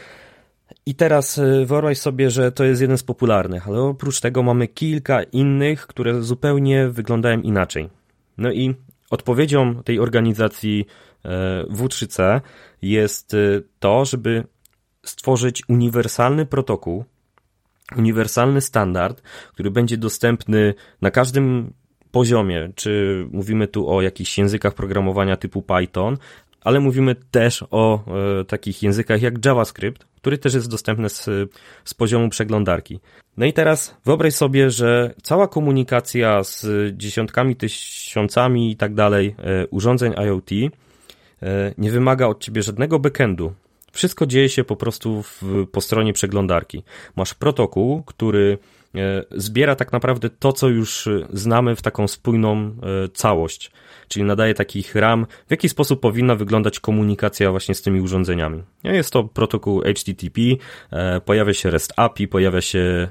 I teraz wyobraź sobie, że to jest jeden z popularnych, ale oprócz tego mamy kilka innych, które zupełnie wyglądają inaczej. No i odpowiedzią tej organizacji W3C jest to, żeby stworzyć uniwersalny protokół, uniwersalny standard, który będzie dostępny na każdym poziomie, czy mówimy tu o jakichś językach programowania typu Python, ale mówimy też o takich językach jak JavaScript, który też jest dostępny z poziomu przeglądarki. No i teraz wyobraź sobie, że cała komunikacja z dziesiątkami, tysiącami i tak dalej urządzeń IoT nie wymaga od ciebie żadnego backendu. Wszystko dzieje się po prostu po stronie przeglądarki. Masz protokół, który zbiera tak naprawdę to, co już znamy w taką spójną całość, czyli nadaje takich ram, w jaki sposób powinna wyglądać komunikacja właśnie z tymi urządzeniami. Jest to protokół HTTP, pojawia się REST API, pojawia się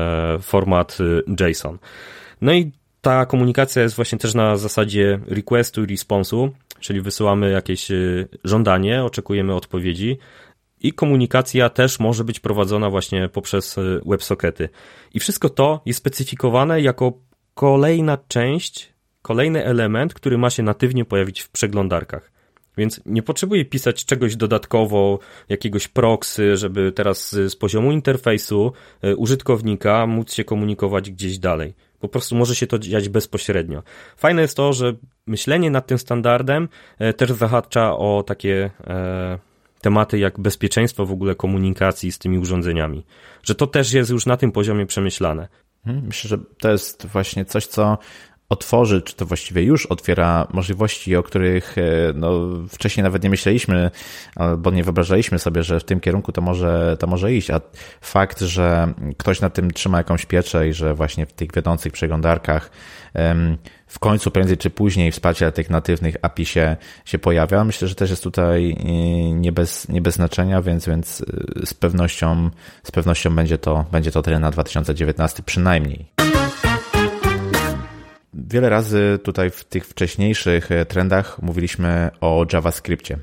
format JSON. No i ta komunikacja jest właśnie też na zasadzie requestu i response'u, czyli wysyłamy jakieś żądanie, oczekujemy odpowiedzi. I komunikacja też może być prowadzona właśnie poprzez WebSockety. I wszystko to jest specyfikowane jako kolejna część, kolejny element, który ma się natywnie pojawić w przeglądarkach. Więc nie potrzebuję pisać czegoś dodatkowo, jakiegoś proxy, żeby teraz z poziomu interfejsu użytkownika móc się komunikować gdzieś dalej. Po prostu może się to dziać bezpośrednio. Fajne jest to, że myślenie nad tym standardem też zahacza o takie tematy jak bezpieczeństwo w ogóle komunikacji z tymi urządzeniami. Że to też jest już na tym poziomie przemyślane. Myślę, że to jest właśnie coś, co otworzy, czy to właściwie już otwiera możliwości, o których wcześniej nawet nie myśleliśmy, albo nie wyobrażaliśmy sobie, że w tym kierunku to może iść, a fakt, że ktoś nad tym trzyma jakąś pieczę i że właśnie w tych wiodących przeglądarkach w końcu prędzej czy później wsparcie tych natywnych API się pojawia, myślę, że też jest tutaj nie bez znaczenia, więc z pewnością będzie to trend na 2019 przynajmniej. wiele razy tutaj w tych wcześniejszych trendach mówiliśmy o JavaScriptie.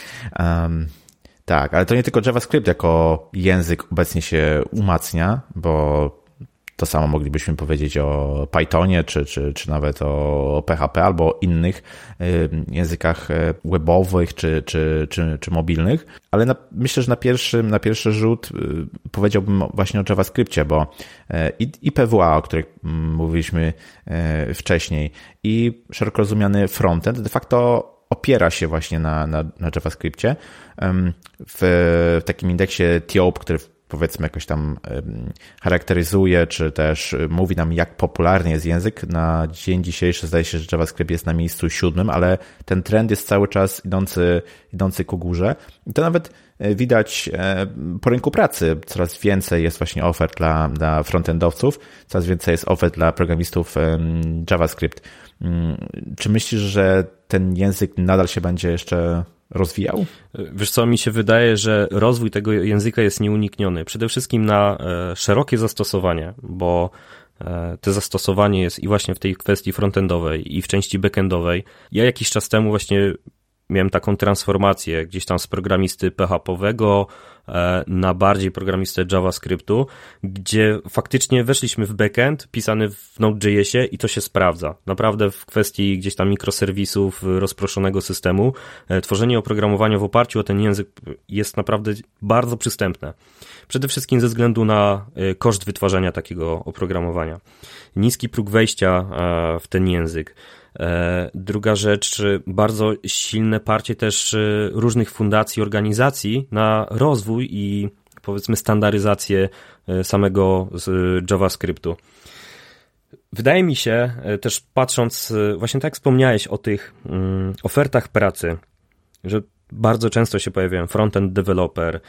Tak, ale to nie tylko JavaScript jako język obecnie się umacnia, bo to samo moglibyśmy powiedzieć o Pythonie, czy nawet o PHP albo o innych językach webowych czy mobilnych, ale myślę, że na pierwszy rzut powiedziałbym właśnie o JavaScriptie, bo i PWA, o których mówiliśmy wcześniej, i szeroko rozumiany frontend de facto opiera się właśnie na JavaScriptie. W takim indeksie TIOP, który powiedzmy jakoś tam charakteryzuje, czy też mówi nam, jak popularny jest język. Na dzień dzisiejszy zdaje się, że JavaScript jest na miejscu 7, ale ten trend jest cały czas idący ku górze. I to nawet widać po rynku pracy. Coraz więcej jest właśnie ofert dla frontendowców, coraz więcej jest ofert dla programistów JavaScript. Czy myślisz, że ten język nadal się będzie jeszcze rozwijał? Wiesz co, mi się wydaje, że rozwój tego języka jest nieunikniony. Przede wszystkim na szerokie zastosowanie, bo to zastosowanie jest i właśnie w tej kwestii frontendowej i w części backendowej. Ja jakiś czas temu właśnie miałem taką transformację gdzieś tam z programisty PHP-owego na bardziej programistę JavaScriptu, gdzie faktycznie weszliśmy w backend pisany w Node.jsie i to się sprawdza. Naprawdę w kwestii gdzieś tam mikroserwisów, rozproszonego systemu, tworzenie oprogramowania w oparciu o ten język jest naprawdę bardzo przystępne. Przede wszystkim ze względu na koszt wytwarzania takiego oprogramowania. Niski próg wejścia w ten język. Druga rzecz, bardzo silne parcie też różnych fundacji, organizacji na rozwój i powiedzmy standaryzację samego JavaScriptu. Wydaje mi się, też patrząc, właśnie tak jak wspomniałeś o tych ofertach pracy, że bardzo często się pojawiają frontend developer,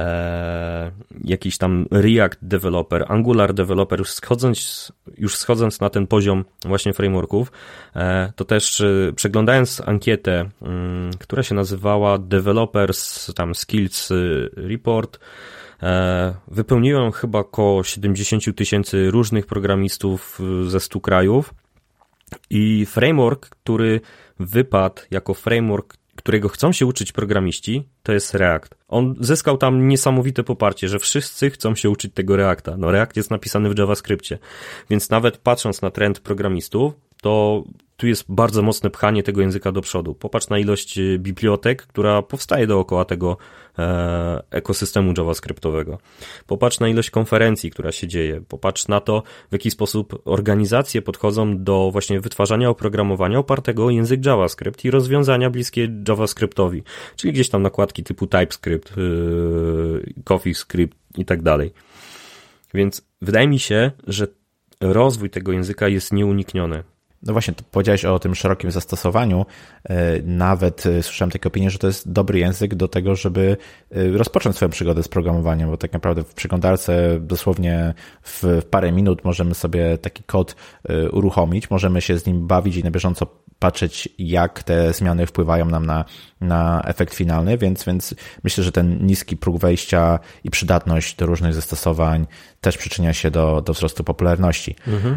jakiś tam React developer, Angular developer, już schodząc na ten poziom właśnie frameworków, to też przeglądając ankietę, która się nazywała Developers tam Skills Report, wypełniłem chyba około 70 000 różnych programistów ze 100 krajów i framework, który wypadł jako framework, którego chcą się uczyć programiści, to jest React. On zyskał tam niesamowite poparcie, że wszyscy chcą się uczyć tego Reacta. No React jest napisany w JavaScriptie, więc nawet patrząc na trend programistów, to tu jest bardzo mocne pchanie tego języka do przodu. Popatrz na ilość bibliotek, która powstaje dookoła tego ekosystemu JavaScriptowego. Popatrz na ilość konferencji, która się dzieje. Popatrz na to, w jaki sposób organizacje podchodzą do właśnie wytwarzania oprogramowania opartego o język JavaScript i rozwiązania bliskie JavaScriptowi, czyli gdzieś tam nakładki typu TypeScript, CoffeeScript i tak dalej. Więc wydaje mi się, że rozwój tego języka jest nieunikniony. No właśnie, powiedziałeś o tym szerokim zastosowaniu. Nawet słyszałem takie opinie, że to jest dobry język do tego, żeby rozpocząć swoją przygodę z programowaniem, bo tak naprawdę w przeglądarce dosłownie w parę minut możemy sobie taki kod uruchomić, możemy się z nim bawić i na bieżąco patrzeć, jak te zmiany wpływają nam na efekt finalny, więc myślę, że ten niski próg wejścia i przydatność do różnych zastosowań też przyczynia się do wzrostu popularności.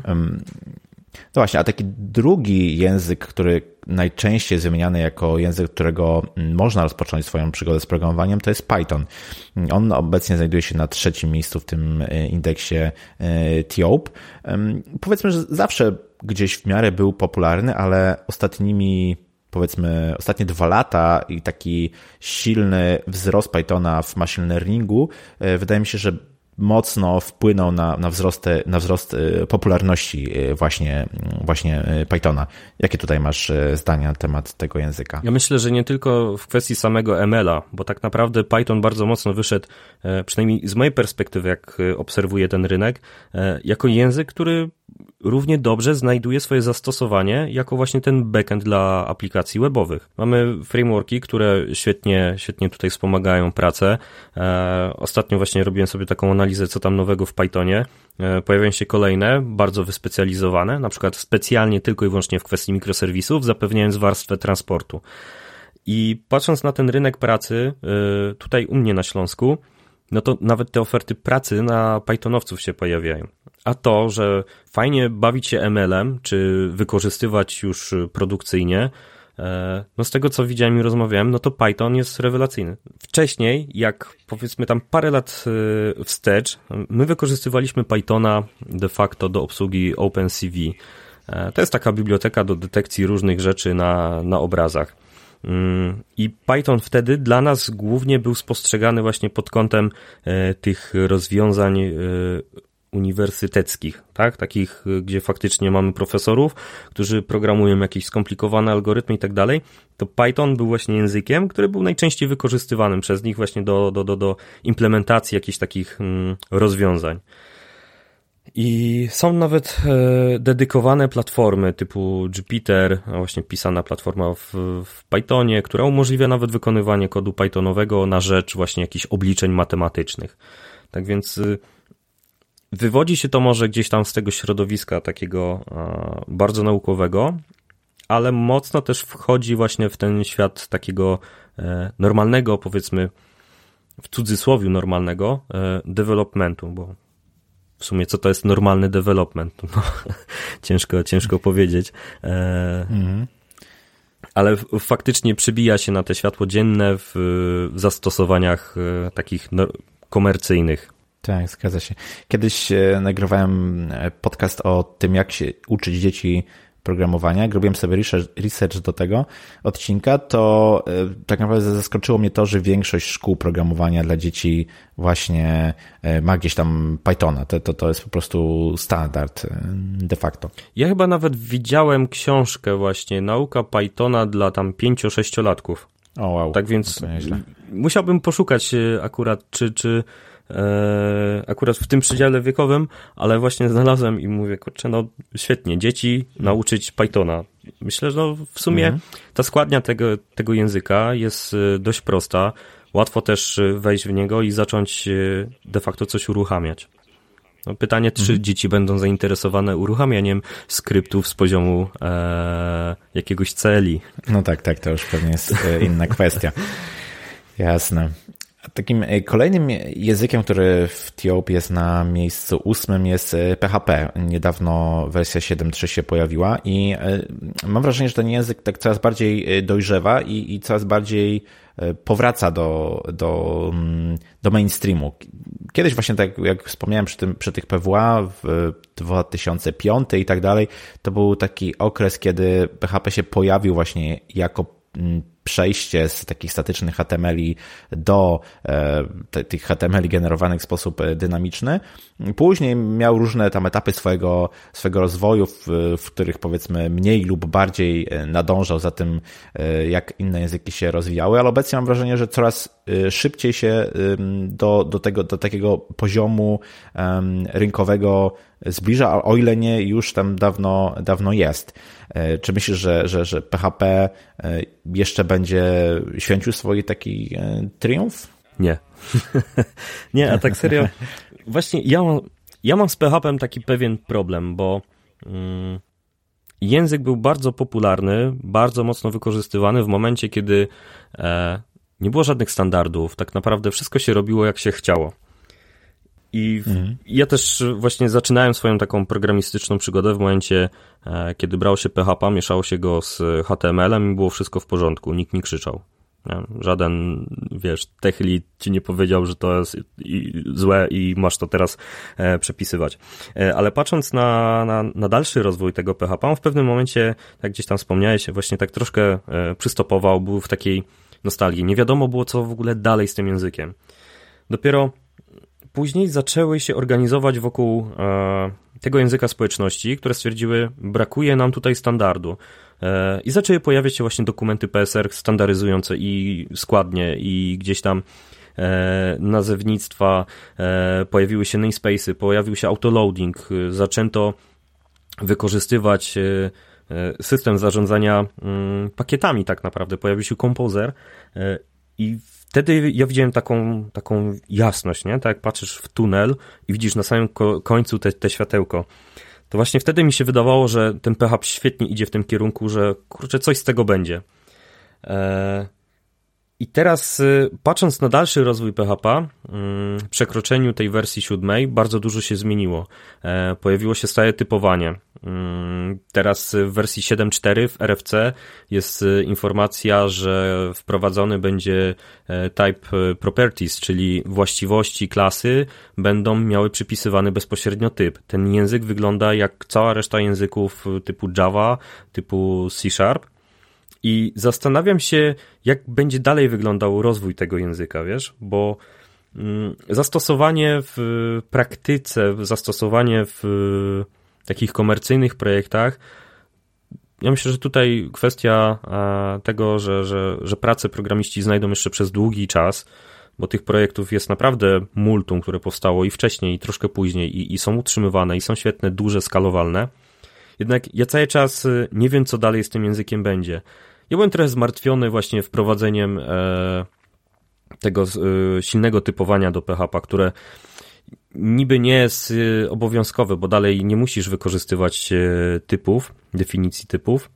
No właśnie, a taki drugi język, który najczęściej jest wymieniany jako język, którego można rozpocząć swoją przygodę z programowaniem, to jest Python. On obecnie znajduje się na 3. miejscu w tym indeksie TIOP. Powiedzmy, że zawsze gdzieś w miarę był popularny, ale ostatnie 2 lata i taki silny wzrost Pythona w machine learningu, wydaje mi się, że mocno wpłynął na wzrost popularności właśnie Pythona. Jakie tutaj masz zdania na temat tego języka? Ja myślę, że nie tylko w kwestii samego ML-a, bo tak naprawdę Python bardzo mocno wyszedł, przynajmniej z mojej perspektywy, jak obserwuję ten rynek, jako język, który równie dobrze znajduje swoje zastosowanie jako właśnie ten backend dla aplikacji webowych. Mamy frameworki, które świetnie tutaj wspomagają pracę. Ostatnio właśnie robiłem sobie taką analizę, co tam nowego w Pythonie. Pojawiają się kolejne, bardzo wyspecjalizowane, na przykład specjalnie tylko i wyłącznie w kwestii mikroserwisów, zapewniając warstwę transportu. I patrząc na ten rynek pracy tutaj u mnie na Śląsku, no to nawet te oferty pracy na Pythonowców się pojawiają. a to, że fajnie bawić się ML-em, czy wykorzystywać już produkcyjnie, no z tego co widziałem i rozmawiałem, no to Python jest rewelacyjny. Wcześniej, jak powiedzmy tam parę lat wstecz, my wykorzystywaliśmy Pythona de facto do obsługi OpenCV. To jest taka biblioteka do detekcji różnych rzeczy na obrazach. I Python wtedy dla nas głównie był spostrzegany właśnie pod kątem tych rozwiązań uniwersyteckich, tak? Takich, gdzie faktycznie mamy profesorów, którzy programują jakieś skomplikowane algorytmy i tak dalej, to Python był właśnie językiem, który był najczęściej wykorzystywanym przez nich właśnie do implementacji jakichś takich rozwiązań. I są nawet dedykowane platformy typu Jupyter, właśnie pisana platforma w Pythonie, która umożliwia nawet wykonywanie kodu Pythonowego na rzecz właśnie jakichś obliczeń matematycznych. Tak więc wywodzi się to może gdzieś tam z tego środowiska takiego bardzo naukowego, ale mocno też wchodzi właśnie w ten świat takiego normalnego, powiedzmy w cudzysłowie normalnego developmentu, bo w sumie co to jest normalny development? No, ciężko powiedzieć. Ale faktycznie przybija się na te światło dzienne w zastosowaniach takich komercyjnych. Tak, zgadza się. Kiedyś nagrywałem podcast o tym, jak się uczyć dzieci programowania. Jak robiłem sobie research do tego odcinka, to tak naprawdę zaskoczyło mnie to, że większość szkół programowania dla dzieci właśnie ma gdzieś tam Pythona. To jest po prostu standard de facto. Ja chyba nawet widziałem książkę właśnie Nauka Pythona dla tam 5-6-latków. O wow. Tak więc musiałbym poszukać akurat, czy akurat w tym przedziale wiekowym, ale właśnie znalazłem i mówię, kurczę, no świetnie, dzieci nauczyć Pythona. Myślę, że no w sumie ta składnia tego języka jest dość prosta. Łatwo też wejść w niego i zacząć de facto coś uruchamiać. No pytanie, czy dzieci będą zainteresowane uruchamianiem skryptów z poziomu jakiegoś CLI. No tak, to już pewnie jest inna kwestia. Jasne. Takim kolejnym językiem, który w TOP jest na miejscu 8, jest PHP. Niedawno wersja 7.3 się pojawiła i mam wrażenie, że ten język tak coraz bardziej dojrzewa i coraz bardziej powraca do mainstreamu. Kiedyś właśnie tak jak wspomniałem przy tych PWA w 2005 i tak dalej, to był taki okres, kiedy PHP się pojawił właśnie jako przejście z takich statycznych HTML-i do tych HTML-i generowanych w sposób dynamiczny. Później miał różne tam etapy swojego rozwoju, w których powiedzmy mniej lub bardziej nadążał za tym, jak inne języki się rozwijały, ale obecnie mam wrażenie, że coraz szybciej się do takiego poziomu rynkowego zbliża, o ile nie już tam dawno jest. Czy myślisz, że PHP jeszcze będzie święcił swój taki triumf? Nie. Nie, a tak serio. Właśnie ja mam z PHP taki pewien problem, bo język był bardzo popularny, bardzo mocno wykorzystywany w momencie, kiedy nie było żadnych standardów. Tak naprawdę wszystko się robiło jak się chciało. I ja też właśnie zaczynałem swoją taką programistyczną przygodę w momencie, kiedy brało się PHP, mieszało się go z HTML-em i było wszystko w porządku, nikt nie krzyczał. Żaden, tech lead ci nie powiedział, że to jest złe i masz to teraz przepisywać. Ale patrząc na dalszy rozwój tego PHP, on w pewnym momencie, jak gdzieś tam wspomniałeś, właśnie tak troszkę przystopował, był w takiej nostalgii. Nie wiadomo było, co w ogóle dalej z tym językiem. Dopiero później zaczęły się organizować wokół tego języka społeczności, które stwierdziły, brakuje nam tutaj standardu. I zaczęły pojawiać się właśnie dokumenty PSR standaryzujące i składnie, i gdzieś tam nazewnictwa, pojawiły się namespace'y, pojawił się autoloading, zaczęto wykorzystywać system zarządzania pakietami tak naprawdę, pojawił się Composer i wtedy ja widziałem taką jasność, nie? Tak jak patrzysz w tunel i widzisz na samym końcu te światełko. To właśnie wtedy mi się wydawało, że ten PHP świetnie idzie w tym kierunku, że kurczę, coś z tego będzie. I teraz patrząc na dalszy rozwój PHP, przekroczeniu tej wersji 7 bardzo dużo się zmieniło. Pojawiło się stałe typowanie. Teraz w wersji 7.4 w RFC jest informacja, że wprowadzony będzie type properties, czyli właściwości klasy będą miały przypisywany bezpośrednio typ. Ten język wygląda jak cała reszta języków typu Java, typu C#. I zastanawiam się, jak będzie dalej wyglądał rozwój tego języka, wiesz, bo zastosowanie w praktyce, zastosowanie w takich komercyjnych projektach, ja myślę, że tutaj kwestia tego, że pracę programiści znajdą jeszcze przez długi czas, bo tych projektów jest naprawdę multum, które powstało i wcześniej, i troszkę później, i są utrzymywane, i są świetne, duże, skalowalne. Jednak ja cały czas nie wiem, co dalej z tym językiem będzie. Ja byłem trochę zmartwiony właśnie wprowadzeniem tego silnego typowania do PHP, które niby nie jest obowiązkowe, bo dalej nie musisz wykorzystywać typów, definicji typów.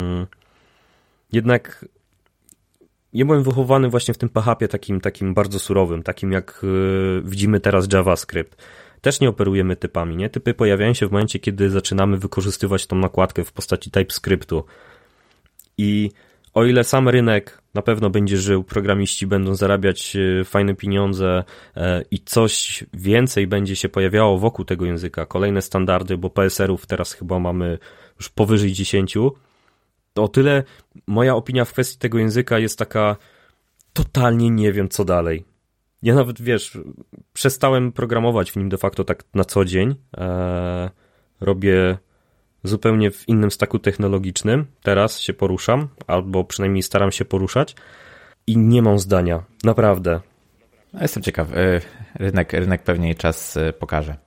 Jednak ja byłem wychowany właśnie w tym PHP takim bardzo surowym, takim jak widzimy teraz JavaScript. Też nie operujemy typami, nie? Typy pojawiają się w momencie, kiedy zaczynamy wykorzystywać tą nakładkę w postaci TypeScriptu. I o ile sam rynek na pewno będzie żył, programiści będą zarabiać fajne pieniądze i coś więcej będzie się pojawiało wokół tego języka, kolejne standardy, bo PSR-ów teraz chyba mamy już powyżej 10, to o tyle moja opinia w kwestii tego języka jest taka, totalnie nie wiem co dalej. Ja nawet, wiesz, przestałem programować w nim de facto tak na co dzień, robię zupełnie w innym stacku technologicznym. Teraz się poruszam, albo przynajmniej staram się poruszać i nie mam zdania. Naprawdę. Jestem ciekaw. Rynek pewnie czas pokaże.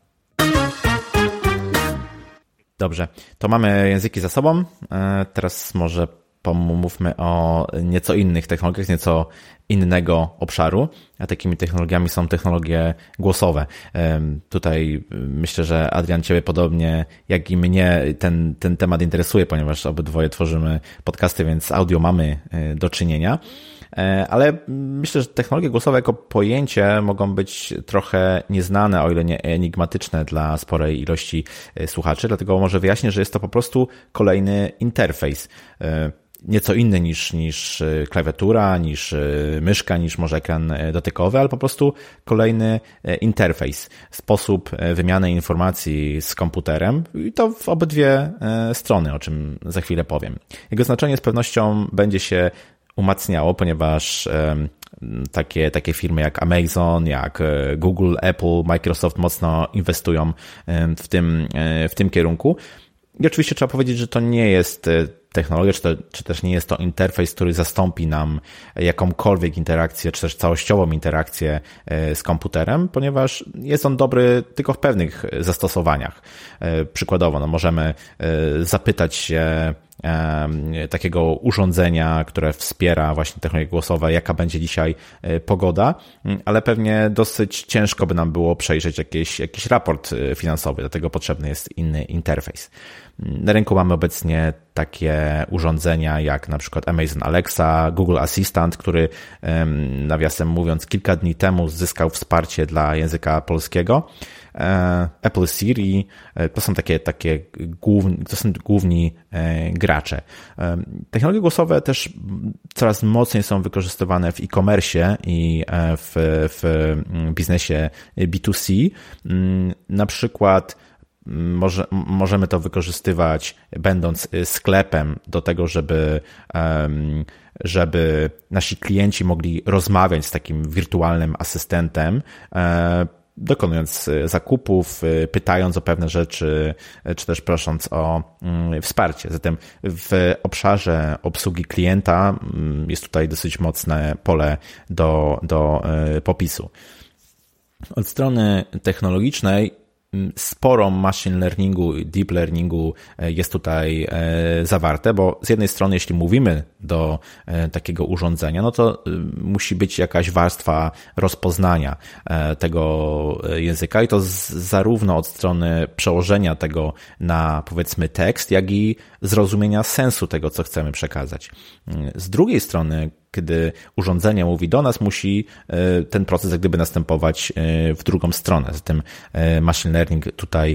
Dobrze. To mamy języki za sobą. Teraz może pomówmy o nieco innych technologiach, nieco innego obszaru, a takimi technologiami są technologie głosowe. Tutaj myślę, że Adrian, ciebie podobnie jak i mnie ten temat interesuje, ponieważ obydwoje tworzymy podcasty, więc z audio mamy do czynienia. Ale myślę, że technologie głosowe jako pojęcie mogą być trochę nieznane, o ile nie enigmatyczne dla sporej ilości słuchaczy, dlatego może wyjaśnię, że jest to po prostu kolejny interfejs. Nieco inny niż klawiatura, niż myszka, niż może ekran dotykowy, ale po prostu kolejny interfejs, sposób wymiany informacji z komputerem i to w obydwie strony, o czym za chwilę powiem. Jego znaczenie z pewnością będzie się umacniało, ponieważ takie firmy jak Amazon, jak Google, Apple, Microsoft mocno inwestują w tym kierunku. I oczywiście trzeba powiedzieć, że to nie jest technologia, czy też nie jest to interfejs, który zastąpi nam jakąkolwiek interakcję, czy też całościową interakcję z komputerem, ponieważ jest on dobry tylko w pewnych zastosowaniach. Przykładowo, możemy zapytać się takiego urządzenia, które wspiera właśnie technologie głosowe, jaka będzie dzisiaj pogoda, ale pewnie dosyć ciężko by nam było przejrzeć jakiś raport finansowy, dlatego potrzebny jest inny interfejs. Na rynku mamy obecnie takie urządzenia jak na przykład Amazon Alexa, Google Assistant, który nawiasem mówiąc kilka dni temu zyskał wsparcie dla języka polskiego. Apple Siri, to są główni gracze. Technologie głosowe też coraz mocniej są wykorzystywane w e-commerce i w biznesie B2C. Na przykład możemy to wykorzystywać będąc sklepem do tego, żeby nasi klienci mogli rozmawiać z takim wirtualnym asystentem, dokonując zakupów, pytając o pewne rzeczy, czy też prosząc o wsparcie. Zatem w obszarze obsługi klienta jest tutaj dosyć mocne pole do popisu. Od strony technologicznej sporo machine learningu i deep learningu jest tutaj zawarte, bo z jednej strony jeśli mówimy do takiego urządzenia, no to musi być jakaś warstwa rozpoznania tego języka i to zarówno od strony przełożenia tego na powiedzmy tekst, jak i zrozumienia sensu tego, co chcemy przekazać. Z drugiej strony kiedy urządzenie mówi do nas, musi ten proces jak gdyby następować w drugą stronę. Zatem machine learning tutaj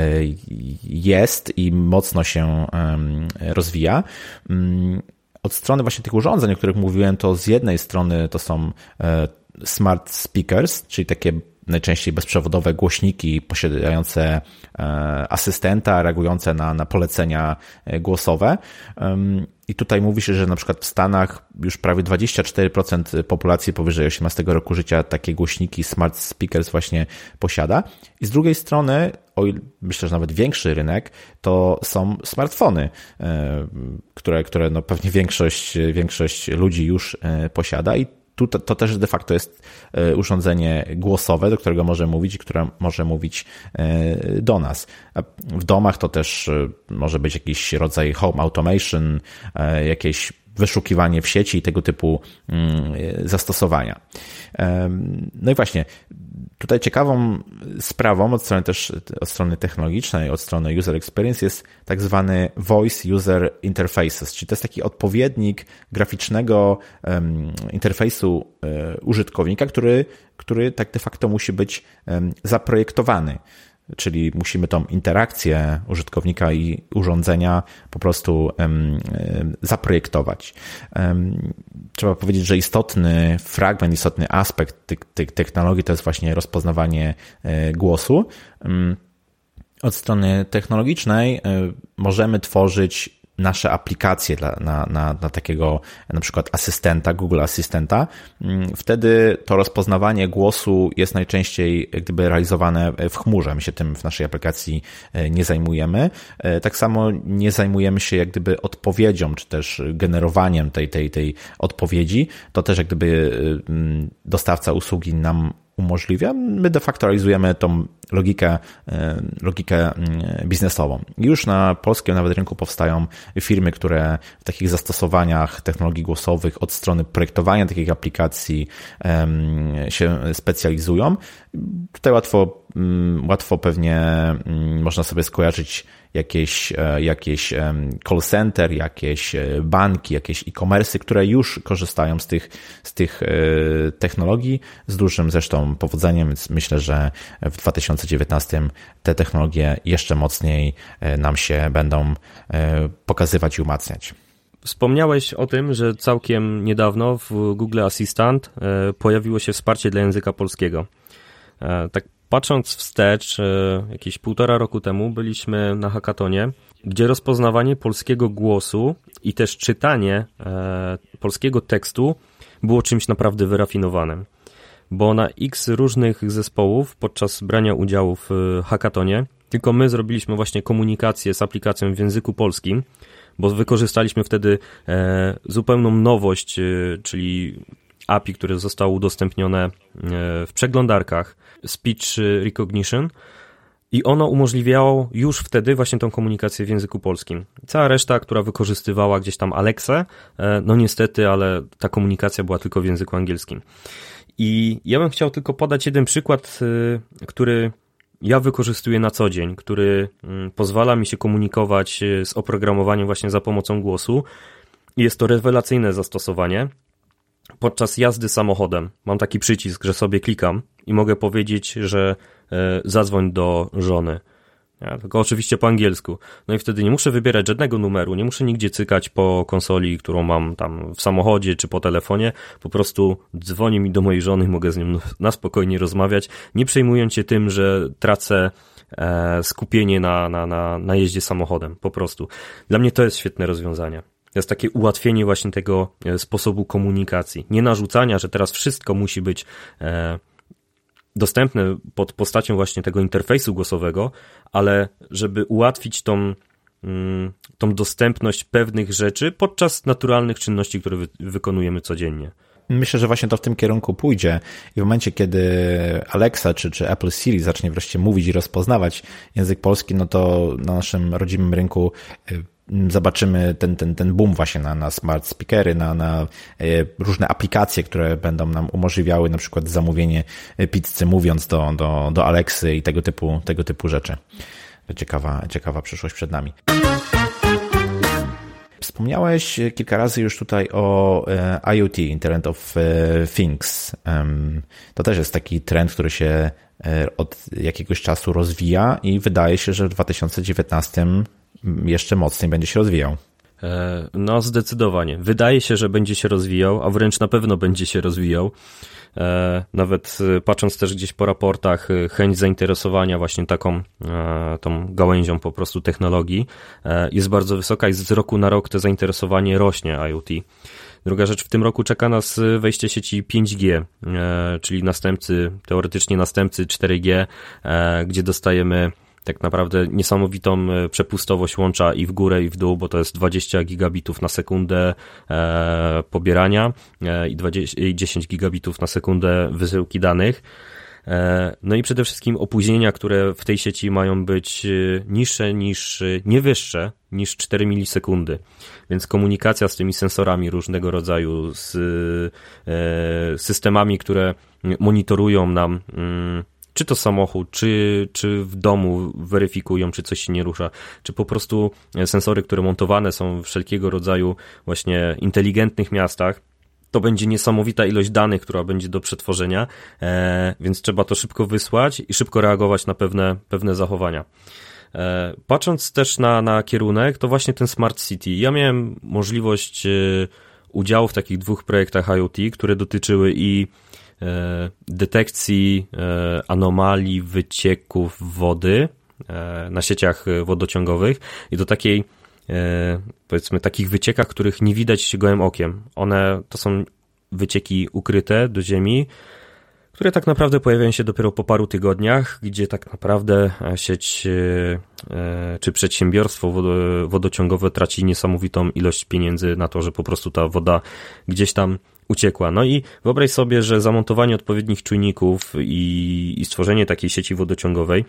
jest i mocno się rozwija. Od strony właśnie tych urządzeń, o których mówiłem, to z jednej strony to są smart speakers, czyli takie najczęściej bezprzewodowe głośniki posiadające asystenta, reagujące na polecenia głosowe. I tutaj mówi się, że na przykład w Stanach już prawie 24% populacji powyżej 18 roku życia takie głośniki smart speakers właśnie posiada. I z drugiej strony, myślę, że nawet większy rynek, to są smartfony, które no pewnie większość ludzi już posiada i to też de facto jest urządzenie głosowe, do którego może mówić i które może mówić do nas. W domach to też może być jakiś rodzaj home automation, jakieś wyszukiwanie w sieci i tego typu zastosowania. No i właśnie, tutaj ciekawą sprawą od strony technologicznej, od strony user experience jest tak zwany voice user interfaces, czyli to jest taki odpowiednik graficznego interfejsu użytkownika, który tak de facto musi być zaprojektowany. Czyli musimy tą interakcję użytkownika i urządzenia po prostu zaprojektować. Trzeba powiedzieć, że istotny aspekt tych technologii to jest właśnie rozpoznawanie głosu. Od strony technologicznej możemy tworzyć nasze aplikacje na takiego na przykład asystenta, Google Asystenta. Wtedy to rozpoznawanie głosu jest najczęściej jak gdyby realizowane w chmurze. My się tym w naszej aplikacji nie zajmujemy. Tak samo nie zajmujemy się jak gdyby odpowiedzią, czy też generowaniem tej odpowiedzi. To też jak gdyby dostawca usługi nam umożliwia. My de facto realizujemy tą logikę biznesową. Już na polskim nawet rynku powstają firmy, które w takich zastosowaniach technologii głosowych od strony projektowania takich aplikacji się specjalizują. Tutaj łatwo pewnie można sobie skojarzyć jakieś call center, jakieś banki, jakieś e-commerce, które już korzystają z tych technologii z dużym zresztą powodzeniem, więc myślę, że w 2019 te technologie jeszcze mocniej nam się będą pokazywać i umacniać. Wspomniałeś o tym, że całkiem niedawno w Google Assistant pojawiło się wsparcie dla języka polskiego. Tak patrząc wstecz, jakieś 1,5 roku temu byliśmy na hackatonie, gdzie rozpoznawanie polskiego głosu i też czytanie polskiego tekstu było czymś naprawdę wyrafinowanym. Bo na X różnych zespołów podczas brania udziału w hackatonie tylko my zrobiliśmy właśnie komunikację z aplikacją w języku polskim, bo wykorzystaliśmy wtedy zupełną nowość, czyli API, które zostało udostępnione w przeglądarkach, Speech Recognition, i ono umożliwiało już wtedy właśnie tą komunikację w języku polskim. Cała reszta, która wykorzystywała gdzieś tam Alexę, no niestety, ale ta komunikacja była tylko w języku angielskim. I ja bym chciał tylko podać jeden przykład, który ja wykorzystuję na co dzień, który pozwala mi się komunikować z oprogramowaniem właśnie za pomocą głosu. Jest to rewelacyjne zastosowanie. Podczas jazdy samochodem mam taki przycisk, że sobie klikam i mogę powiedzieć, że zadzwoń do żony. Ja, tylko oczywiście po angielsku. No i wtedy nie muszę wybierać żadnego numeru, nie muszę nigdzie cykać po konsoli, którą mam tam w samochodzie czy po telefonie. Po prostu dzwoni mi do mojej żony i mogę z nią na spokojnie rozmawiać, nie przejmując się tym, że tracę skupienie na jeździe samochodem. Po prostu. Dla mnie to jest świetne rozwiązanie. To jest takie ułatwienie właśnie tego sposobu komunikacji. Nie narzucania, że teraz wszystko musi być dostępne pod postacią właśnie tego interfejsu głosowego, ale żeby ułatwić tą dostępność pewnych rzeczy podczas naturalnych czynności, które wykonujemy codziennie. Myślę, że właśnie to w tym kierunku pójdzie i w momencie, kiedy Alexa czy Apple Siri zacznie wreszcie mówić i rozpoznawać język polski, no to na naszym rodzimym rynku zobaczymy ten boom właśnie na smart speakery, na różne aplikacje, które będą nam umożliwiały na przykład zamówienie pizzy mówiąc do Alexy i tego typu rzeczy. Ciekawa przyszłość przed nami. Wspomniałeś kilka razy już tutaj o IoT, Internet of Things. To też jest taki trend, który się od jakiegoś czasu rozwija i wydaje się, że w 2019 jeszcze mocniej będzie się rozwijał. No zdecydowanie. Wydaje się, że będzie się rozwijał, a wręcz na pewno będzie się rozwijał. Nawet patrząc też gdzieś po raportach, chęć zainteresowania właśnie taką tą gałęzią po prostu technologii jest bardzo wysoka i z roku na rok to zainteresowanie rośnie IoT. Druga rzecz, w tym roku czeka nas wejście sieci 5G, czyli teoretycznie następcy 4G, gdzie dostajemy tak naprawdę niesamowitą przepustowość łącza i w górę i w dół, bo to jest 20 gigabitów na sekundę pobierania i 10 gigabitów na sekundę wysyłki danych. No i przede wszystkim opóźnienia, które w tej sieci mają być nie wyższe niż 4 milisekundy. Więc komunikacja z tymi sensorami różnego rodzaju, z systemami, które monitorują nam czy to samochód, czy w domu weryfikują, czy coś się nie rusza, czy po prostu sensory, które montowane są w wszelkiego rodzaju właśnie inteligentnych miastach. To będzie niesamowita ilość danych, która będzie do przetworzenia, więc trzeba to szybko wysłać i szybko reagować na pewne zachowania. Patrząc też na kierunek, to właśnie ten Smart City. Ja miałem możliwość udziału w takich 2 projektach IoT, które dotyczyły i detekcji anomalii wycieków wody na sieciach wodociągowych i do takiej, powiedzmy, takich wyciekach, których nie widać gołym okiem. One to są wycieki ukryte do ziemi, które tak naprawdę pojawiają się dopiero po paru tygodniach, gdzie tak naprawdę sieć czy przedsiębiorstwo wodociągowe traci niesamowitą ilość pieniędzy na to, że po prostu ta woda gdzieś tam uciekła. No i wyobraź sobie, że zamontowanie odpowiednich czujników i stworzenie takiej sieci wodociągowej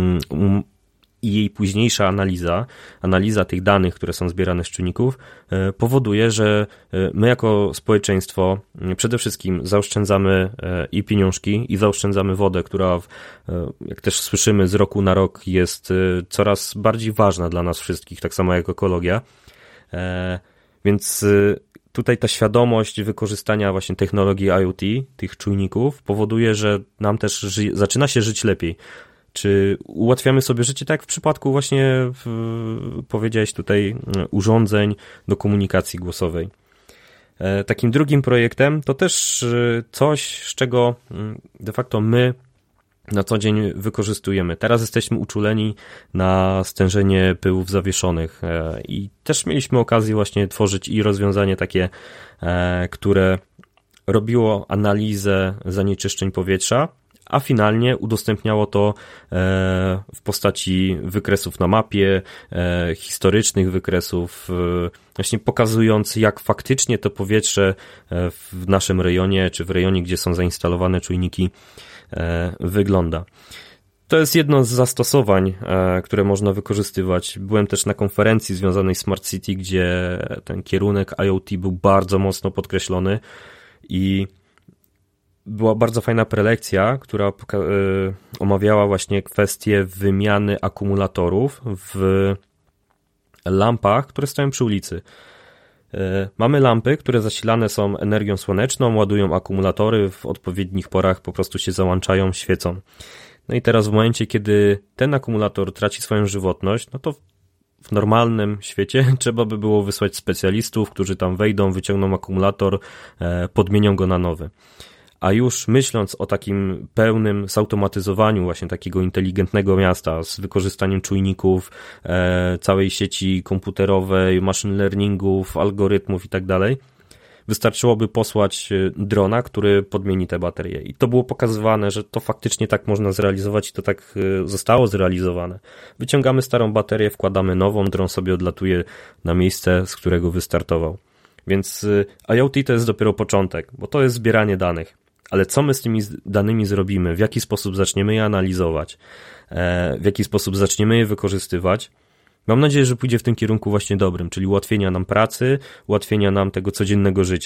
i jej późniejsza analiza tych danych, które są zbierane z czujników, powoduje, że my jako społeczeństwo przede wszystkim zaoszczędzamy i pieniążki, i zaoszczędzamy wodę, która, jak też słyszymy, z roku na rok jest coraz bardziej ważna dla nas wszystkich, tak samo jak ekologia. Więc tutaj ta świadomość wykorzystania właśnie technologii IoT, tych czujników, powoduje, że nam też zaczyna się żyć lepiej. Czy ułatwiamy sobie życie, tak jak w przypadku właśnie, powiedziałeś tutaj, urządzeń do komunikacji głosowej. Takim drugim projektem to też coś, z czego de facto my na co dzień wykorzystujemy. Teraz jesteśmy uczuleni na stężenie pyłów zawieszonych i też mieliśmy okazję właśnie tworzyć i rozwiązanie takie, które robiło analizę zanieczyszczeń powietrza, a finalnie udostępniało to w postaci wykresów na mapie, historycznych wykresów, właśnie pokazując, jak faktycznie to powietrze w naszym rejonie, czy w rejonie, gdzie są zainstalowane czujniki, wygląda. To jest jedno z zastosowań, które można wykorzystywać. Byłem też na konferencji związanej z Smart City, gdzie ten kierunek IoT był bardzo mocno podkreślony i była bardzo fajna prelekcja, która omawiała właśnie kwestię wymiany akumulatorów w lampach, które stoją przy ulicy. Mamy lampy, które zasilane są energią słoneczną, ładują akumulatory, w odpowiednich porach po prostu się załączają, świecą. No i teraz w momencie, kiedy ten akumulator traci swoją żywotność, no to w normalnym świecie trzeba by było wysłać specjalistów, którzy tam wejdą, wyciągną akumulator, podmienią go na nowy. A już myśląc o takim pełnym zautomatyzowaniu właśnie takiego inteligentnego miasta z wykorzystaniem czujników, całej sieci komputerowej, machine learningów, algorytmów i tak dalej, wystarczyłoby posłać drona, który podmieni te baterie. I to było pokazywane, że to faktycznie tak można zrealizować i to tak zostało zrealizowane. Wyciągamy starą baterię, wkładamy nową, dron sobie odlatuje na miejsce, z którego wystartował. Więc IoT to jest dopiero początek, bo to jest zbieranie danych. Ale co my z tymi danymi zrobimy? W jaki sposób zaczniemy je analizować? W jaki sposób zaczniemy je wykorzystywać? Mam nadzieję, że pójdzie w tym kierunku właśnie dobrym, czyli ułatwienia nam pracy, ułatwienia nam tego codziennego życia.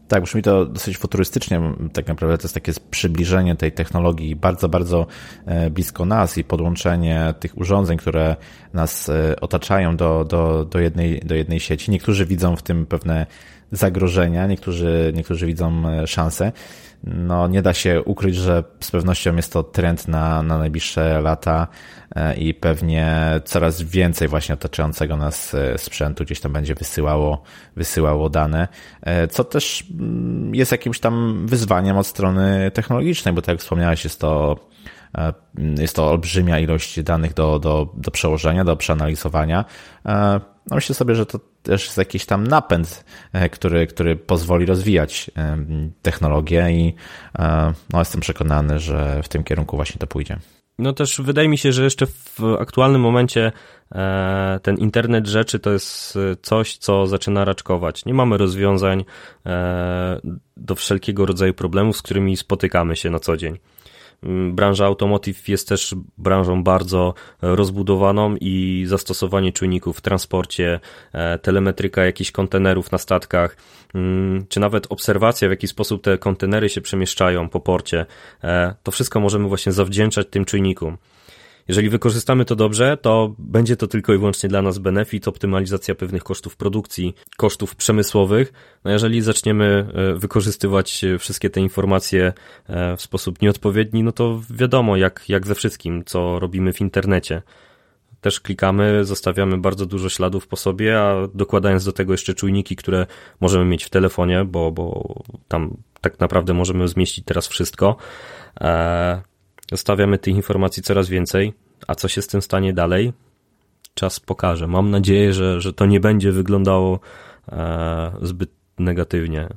Tak, brzmi to dosyć futurystycznie, tak naprawdę to jest takie przybliżenie tej technologii bardzo, bardzo blisko nas i podłączenie tych urządzeń, które nas otaczają do jednej sieci. Niektórzy widzą w tym pewne zagrożenia, niektórzy widzą szanse. No, nie da się ukryć, że z pewnością jest to trend na najbliższe lata i pewnie coraz więcej właśnie otaczającego nas sprzętu gdzieś tam będzie wysyłało dane, co też jest jakimś tam wyzwaniem od strony technologicznej, bo tak jak wspomniałeś, jest to olbrzymia ilość danych do przełożenia, do przeanalizowania. No myślę sobie, że to też jest jakiś tam napęd, który pozwoli rozwijać technologię i no, jestem przekonany, że w tym kierunku właśnie to pójdzie. No też wydaje mi się, że jeszcze w aktualnym momencie ten internet rzeczy to jest coś, co zaczyna raczkować. Nie mamy rozwiązań do wszelkiego rodzaju problemów, z którymi spotykamy się na co dzień. Branża automotive jest też branżą bardzo rozbudowaną i zastosowanie czujników w transporcie, telemetryka jakichś kontenerów na statkach, czy nawet obserwacja, w jaki sposób te kontenery się przemieszczają po porcie, to wszystko możemy właśnie zawdzięczać tym czujnikom. Jeżeli wykorzystamy to dobrze, to będzie to tylko i wyłącznie dla nas benefit, optymalizacja pewnych kosztów produkcji, kosztów przemysłowych. No jeżeli zaczniemy wykorzystywać wszystkie te informacje w sposób nieodpowiedni, no to wiadomo, jak ze wszystkim, co robimy w internecie. Też klikamy, zostawiamy bardzo dużo śladów po sobie, a dokładając do tego jeszcze czujniki, które możemy mieć w telefonie, bo tam tak naprawdę możemy zmieścić teraz wszystko. Zostawiamy tych informacji coraz więcej, a co się z tym stanie dalej? Czas pokaże. Mam nadzieję, że to nie będzie wyglądało zbyt negatywnie.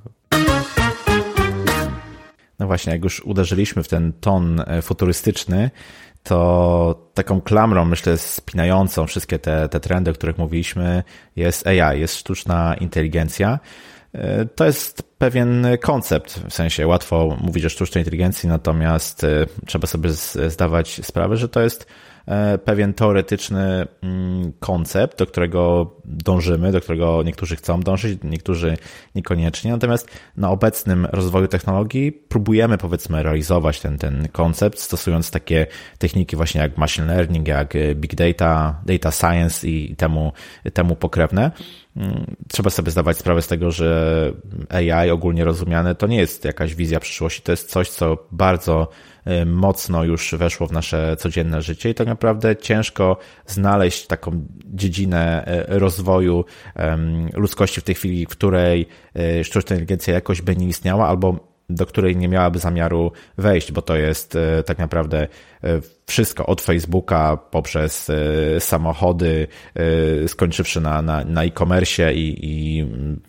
No właśnie, jak już uderzyliśmy w ten ton futurystyczny, to taką klamrą, myślę, spinającą wszystkie te trendy, o których mówiliśmy, jest AI, jest sztuczna inteligencja. To jest pewien koncept, w sensie łatwo mówić o sztucznej inteligencji, natomiast trzeba sobie zdawać sprawę, że to jest pewien teoretyczny koncept, do którego dążymy, do którego niektórzy chcą dążyć, niektórzy niekoniecznie. Natomiast na obecnym rozwoju technologii próbujemy, powiedzmy, realizować ten koncept, stosując takie techniki właśnie jak machine learning, jak big data, data science i temu pokrewne. Trzeba sobie zdawać sprawę z tego, że AI ogólnie rozumiane to nie jest jakaś wizja przyszłości, to jest coś, co bardzo mocno już weszło w nasze codzienne życie i tak naprawdę ciężko znaleźć taką dziedzinę rozwoju ludzkości w tej chwili, w której sztuczna inteligencja jakoś by nie istniała albo do której nie miałaby zamiaru wejść, bo to jest tak naprawdę wszystko od Facebooka poprzez samochody, skończywszy na e-commerce i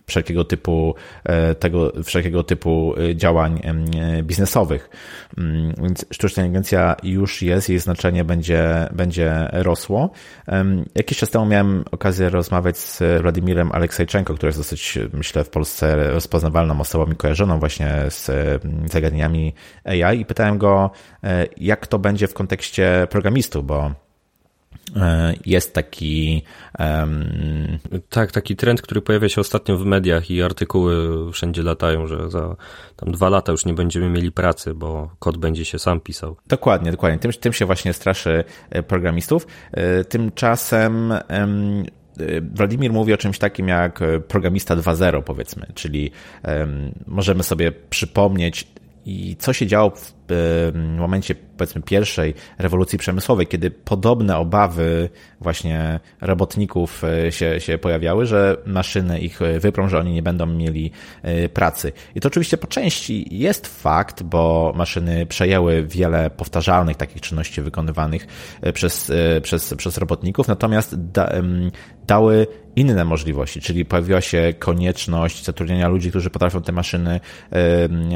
wszelkiego typu działań biznesowych. Więc sztuczna inteligencja już jest, jej znaczenie będzie rosło. Jakiś czas temu miałem okazję rozmawiać z Władimirem Aleksejczenko, który jest dosyć, myślę, w Polsce rozpoznawalną osobą i kojarzoną właśnie z zagadnieniami AI i pytałem go, jak to będzie w kontekście programistów, bo jest taki... Tak, taki trend, który pojawia się ostatnio w mediach i artykuły wszędzie latają, że za tam 2 lata już nie będziemy mieli pracy, bo kod będzie się sam pisał. Dokładnie. Tym się właśnie straszy programistów. Tymczasem Władimir mówi o czymś takim jak programista 2.0, powiedzmy, czyli możemy sobie przypomnieć, i co się działo w momencie, powiedzmy, pierwszej rewolucji przemysłowej, kiedy podobne obawy właśnie robotników się pojawiały, że maszyny ich wyprą, że oni nie będą mieli pracy. I to oczywiście po części jest fakt, bo maszyny przejęły wiele powtarzalnych takich czynności wykonywanych przez robotników, natomiast dały inne możliwości, czyli pojawiła się konieczność zatrudnienia ludzi, którzy potrafią te maszyny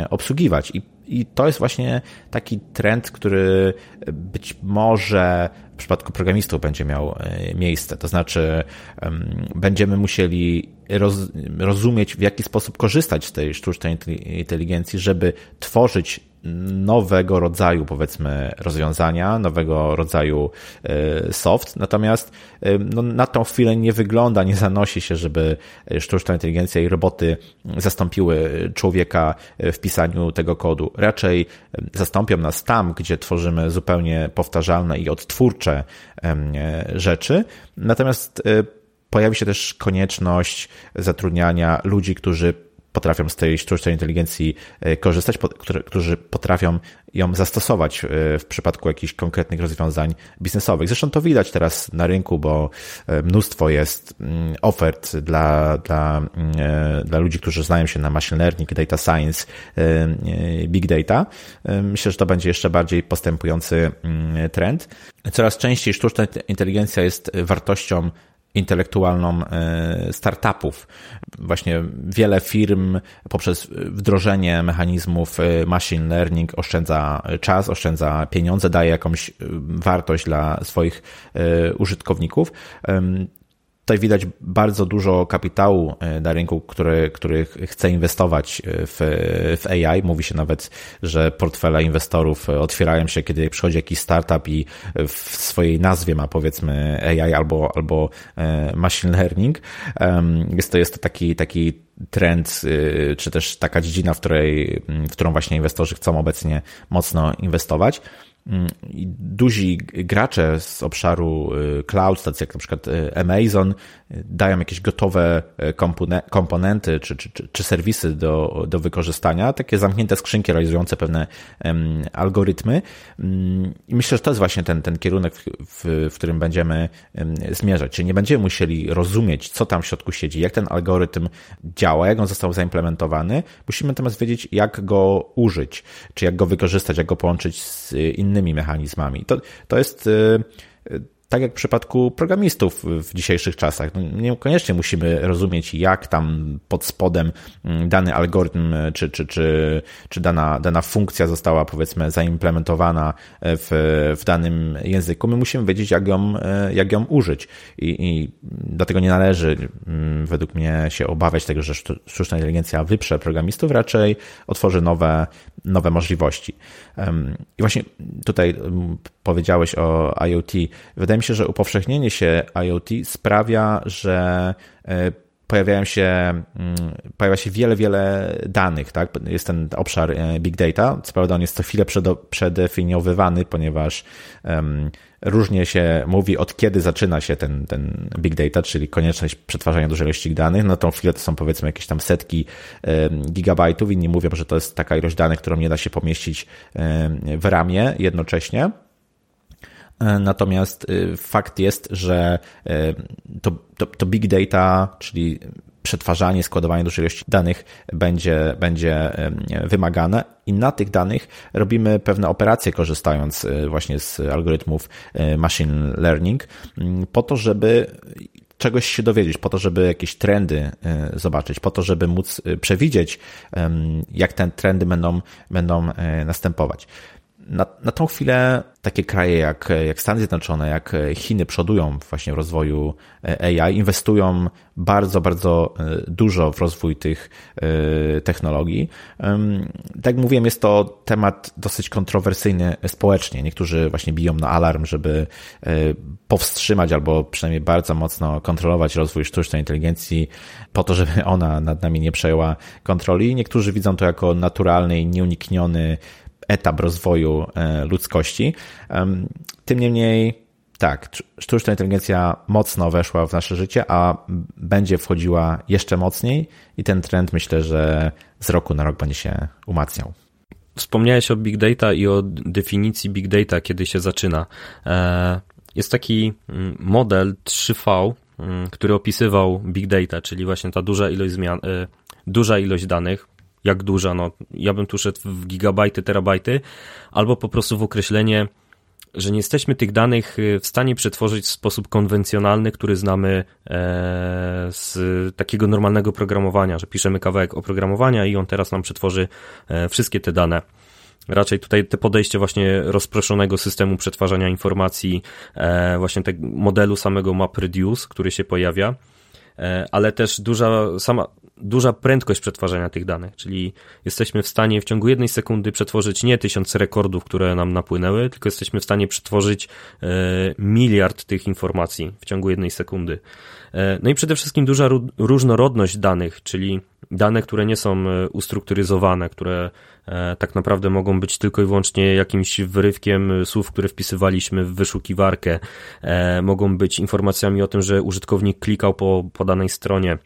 obsługiwać. I to jest właśnie taki trend, który być może w przypadku programistów będzie miał miejsce. To znaczy będziemy musieli rozumieć, w jaki sposób korzystać z tej sztucznej inteligencji, żeby tworzyć nowego rodzaju, powiedzmy, rozwiązania, nowego rodzaju soft. Natomiast na tą chwilę nie wygląda, nie zanosi się, żeby sztuczna inteligencja i roboty zastąpiły człowieka w pisaniu tego kodu. Raczej zastąpią nas tam, gdzie tworzymy zupełnie powtarzalne i odtwórcze rzeczy. Natomiast pojawi się też konieczność zatrudniania ludzi, którzy potrafią z tej sztucznej inteligencji korzystać, którzy potrafią ją zastosować w przypadku jakichś konkretnych rozwiązań biznesowych. Zresztą to widać teraz na rynku, bo mnóstwo jest ofert dla ludzi, którzy znają się na machine learning, data science, big data. Myślę, że to będzie jeszcze bardziej postępujący trend. Coraz częściej sztuczna inteligencja jest wartością intelektualną startupów. Właśnie wiele firm poprzez wdrożenie mechanizmów machine learning oszczędza czas, oszczędza pieniądze, daje jakąś wartość dla swoich użytkowników. Tutaj bardzo dużo kapitału na rynku, który chce inwestować w AI. Mówi się nawet, że portfele inwestorów otwierają się, kiedy przychodzi jakiś startup i w swojej nazwie ma, powiedzmy, AI albo machine learning. Jest to taki trend, czy też taka dziedzina, w którą właśnie inwestorzy chcą obecnie mocno inwestować. Duzi gracze z obszaru cloud, tacy jak na przykład Amazon, dają jakieś gotowe komponenty czy serwisy do wykorzystania, takie zamknięte skrzynki realizujące pewne algorytmy. I myślę, że to jest właśnie ten kierunek, w którym będziemy zmierzać. Czyli nie będziemy musieli rozumieć, co tam w środku siedzi, jak ten algorytm działa, jak on został zaimplementowany. Musimy natomiast wiedzieć, jak go użyć, czy jak go wykorzystać, jak go połączyć z innymi mechanizmami. To jest tak jak w przypadku programistów w dzisiejszych czasach. Niekoniecznie musimy rozumieć, jak tam pod spodem dany algorytm czy dana funkcja została, powiedzmy, zaimplementowana w danym języku. My musimy wiedzieć, jak ją użyć. I dlatego nie należy według mnie się obawiać tego, że sztuczna inteligencja wyprze programistów, raczej otworzy nowe możliwości. I właśnie tutaj powiedziałeś o IoT. Wydaje mi się, że upowszechnienie się IoT sprawia, że pojawia się wiele danych, tak? Jest ten obszar big data. Co prawda on jest co chwilę przedefiniowywany, ponieważ różnie się mówi, od kiedy zaczyna się ten big data, czyli konieczność przetwarzania dużej ilości danych. Na tą chwilę to są, powiedzmy, jakieś tam setki gigabajtów. Inni mówią, że to jest taka ilość danych, którą nie da się pomieścić w ramie jednocześnie. Natomiast fakt jest, że to big data, czyli przetwarzanie, składowanie dużej ilości danych będzie wymagane i na tych danych robimy pewne operacje, korzystając właśnie z algorytmów machine learning, po to, żeby czegoś się dowiedzieć, po to, żeby jakieś trendy zobaczyć, po to, żeby móc przewidzieć, jak te trendy będą następować. Na tą chwilę takie kraje jak Stany Zjednoczone, jak Chiny przodują właśnie w rozwoju AI, inwestują bardzo, bardzo dużo w rozwój tych technologii. Tak jak mówiłem, jest to temat dosyć kontrowersyjny społecznie. Niektórzy właśnie biją na alarm, żeby powstrzymać albo przynajmniej bardzo mocno kontrolować rozwój sztucznej inteligencji po to, żeby ona nad nami nie przejęła kontroli. Niektórzy widzą to jako naturalny i nieunikniony etap rozwoju ludzkości. Tym niemniej, tak, sztuczna inteligencja mocno weszła w nasze życie, a będzie wchodziła jeszcze mocniej i ten trend, myślę, że z roku na rok będzie się umacniał. Wspomniałeś o big data i o definicji big data, kiedy się zaczyna. Jest taki model 3V, który opisywał big data, czyli właśnie ta duża ilość danych. Jak duża? No, ja bym tu szedł w gigabajty, terabajty, albo po prostu w określenie, że nie jesteśmy tych danych w stanie przetworzyć w sposób konwencjonalny, który znamy z takiego normalnego programowania, że piszemy kawałek oprogramowania i on teraz nam przetworzy wszystkie te dane. Raczej tutaj te podejście właśnie rozproszonego systemu przetwarzania informacji, właśnie tego modelu samego MapReduce, który się pojawia, ale też duża prędkość przetwarzania tych danych, czyli jesteśmy w stanie w ciągu 1 sekundy przetworzyć nie 1000 rekordów, które nam napłynęły, tylko jesteśmy w stanie przetworzyć miliard tych informacji w ciągu 1 sekundy. No i przede wszystkim duża różnorodność danych, czyli dane, które nie są ustrukturyzowane, które tak naprawdę mogą być tylko i wyłącznie jakimś wyrywkiem słów, które wpisywaliśmy w wyszukiwarkę, mogą być informacjami o tym, że użytkownik klikał po danej stronie.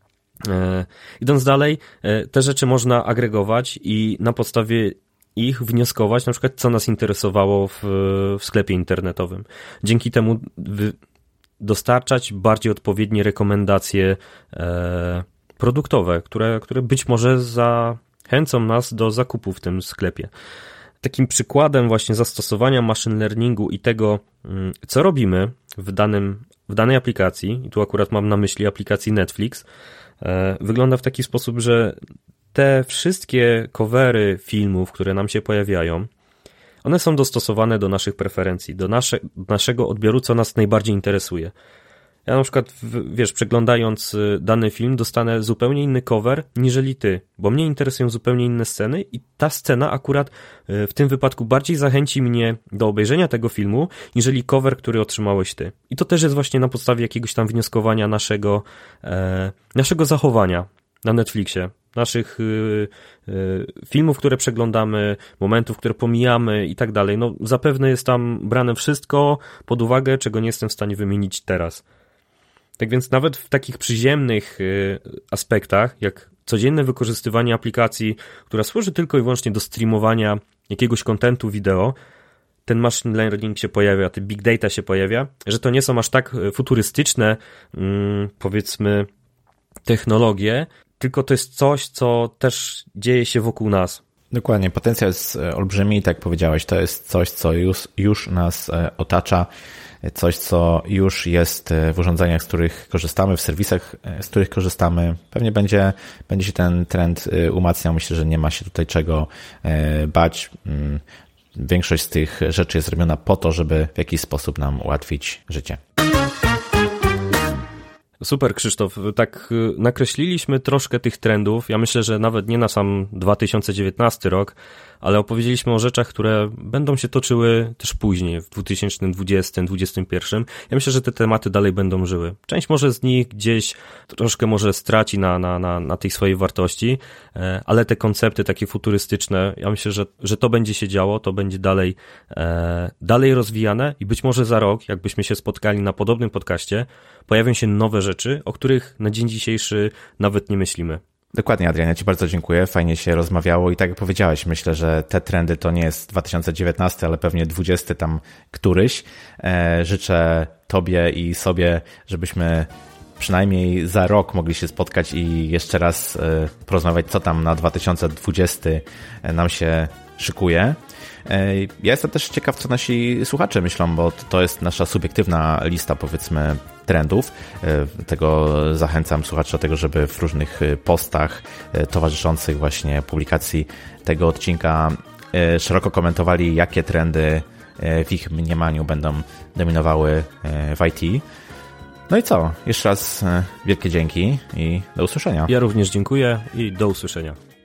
Idąc dalej, te rzeczy można agregować i na podstawie ich wnioskować, na przykład co nas interesowało w sklepie internetowym. Dzięki temu dostarczać bardziej odpowiednie rekomendacje produktowe, które być może zachęcą nas do zakupu w tym sklepie. Takim przykładem właśnie zastosowania machine learningu i tego, co robimy w danej aplikacji, i tu akurat mam na myśli aplikacji Netflix, wygląda w taki sposób, że te wszystkie covery filmów, które nam się pojawiają, one są dostosowane do naszych preferencji, do naszego odbioru, co nas najbardziej interesuje. Ja na przykład, przeglądając dany film, dostanę zupełnie inny cover niżeli ty, bo mnie interesują zupełnie inne sceny i ta scena akurat w tym wypadku bardziej zachęci mnie do obejrzenia tego filmu, niżeli cover, który otrzymałeś ty. I to też jest właśnie na podstawie jakiegoś tam wnioskowania naszego zachowania na Netflixie, naszych filmów, które przeglądamy, momentów, które pomijamy i tak dalej. No zapewne jest tam brane wszystko pod uwagę, czego nie jestem w stanie wymienić teraz. Tak więc nawet w takich przyziemnych aspektach, jak codzienne wykorzystywanie aplikacji, która służy tylko i wyłącznie do streamowania jakiegoś kontentu wideo, ten machine learning się pojawia, ten big data się pojawia, że to nie są aż tak futurystyczne, powiedzmy, technologie, tylko to jest coś, co też dzieje się wokół nas. Dokładnie, potencjał jest olbrzymi, tak jak powiedziałeś, to jest coś, co już nas otacza, coś, co już jest w urządzeniach, z których korzystamy, w serwisach, z których korzystamy. Pewnie będzie się ten trend umacniał. Myślę, że nie ma się tutaj czego bać. Większość z tych rzeczy jest zrobiona po to, żeby w jakiś sposób nam ułatwić życie. Super, Krzysztof. Tak nakreśliliśmy troszkę tych trendów. Ja myślę, że nawet nie na sam 2019 rok, ale opowiedzieliśmy o rzeczach, które będą się toczyły też później, w 2020-2021. Ja myślę, że te tematy dalej będą żyły. Część może z nich gdzieś troszkę może straci na tej swojej wartości, ale te koncepty takie futurystyczne, ja myślę, że to będzie się działo, to będzie dalej rozwijane i być może za rok, jakbyśmy się spotkali na podobnym podcaście, pojawią się nowe rzeczy, o których na dzień dzisiejszy nawet nie myślimy. Dokładnie, Adrian, ja Ci bardzo dziękuję, fajnie się rozmawiało i tak jak powiedziałeś, myślę, że te trendy to nie jest 2019, ale pewnie 20 tam któryś. Życzę Tobie i sobie, żebyśmy przynajmniej za rok mogli się spotkać i jeszcze raz porozmawiać, co tam na 2020 nam się szykuje. Ja jestem też ciekaw, co nasi słuchacze myślą, bo to jest nasza subiektywna lista, powiedzmy, trendów. Tego zachęcam słuchaczy do tego, żeby w różnych postach towarzyszących właśnie publikacji tego odcinka szeroko komentowali, jakie trendy w ich mniemaniu będą dominowały w IT. No i co? Jeszcze raz wielkie dzięki i do usłyszenia. Ja również dziękuję i do usłyszenia.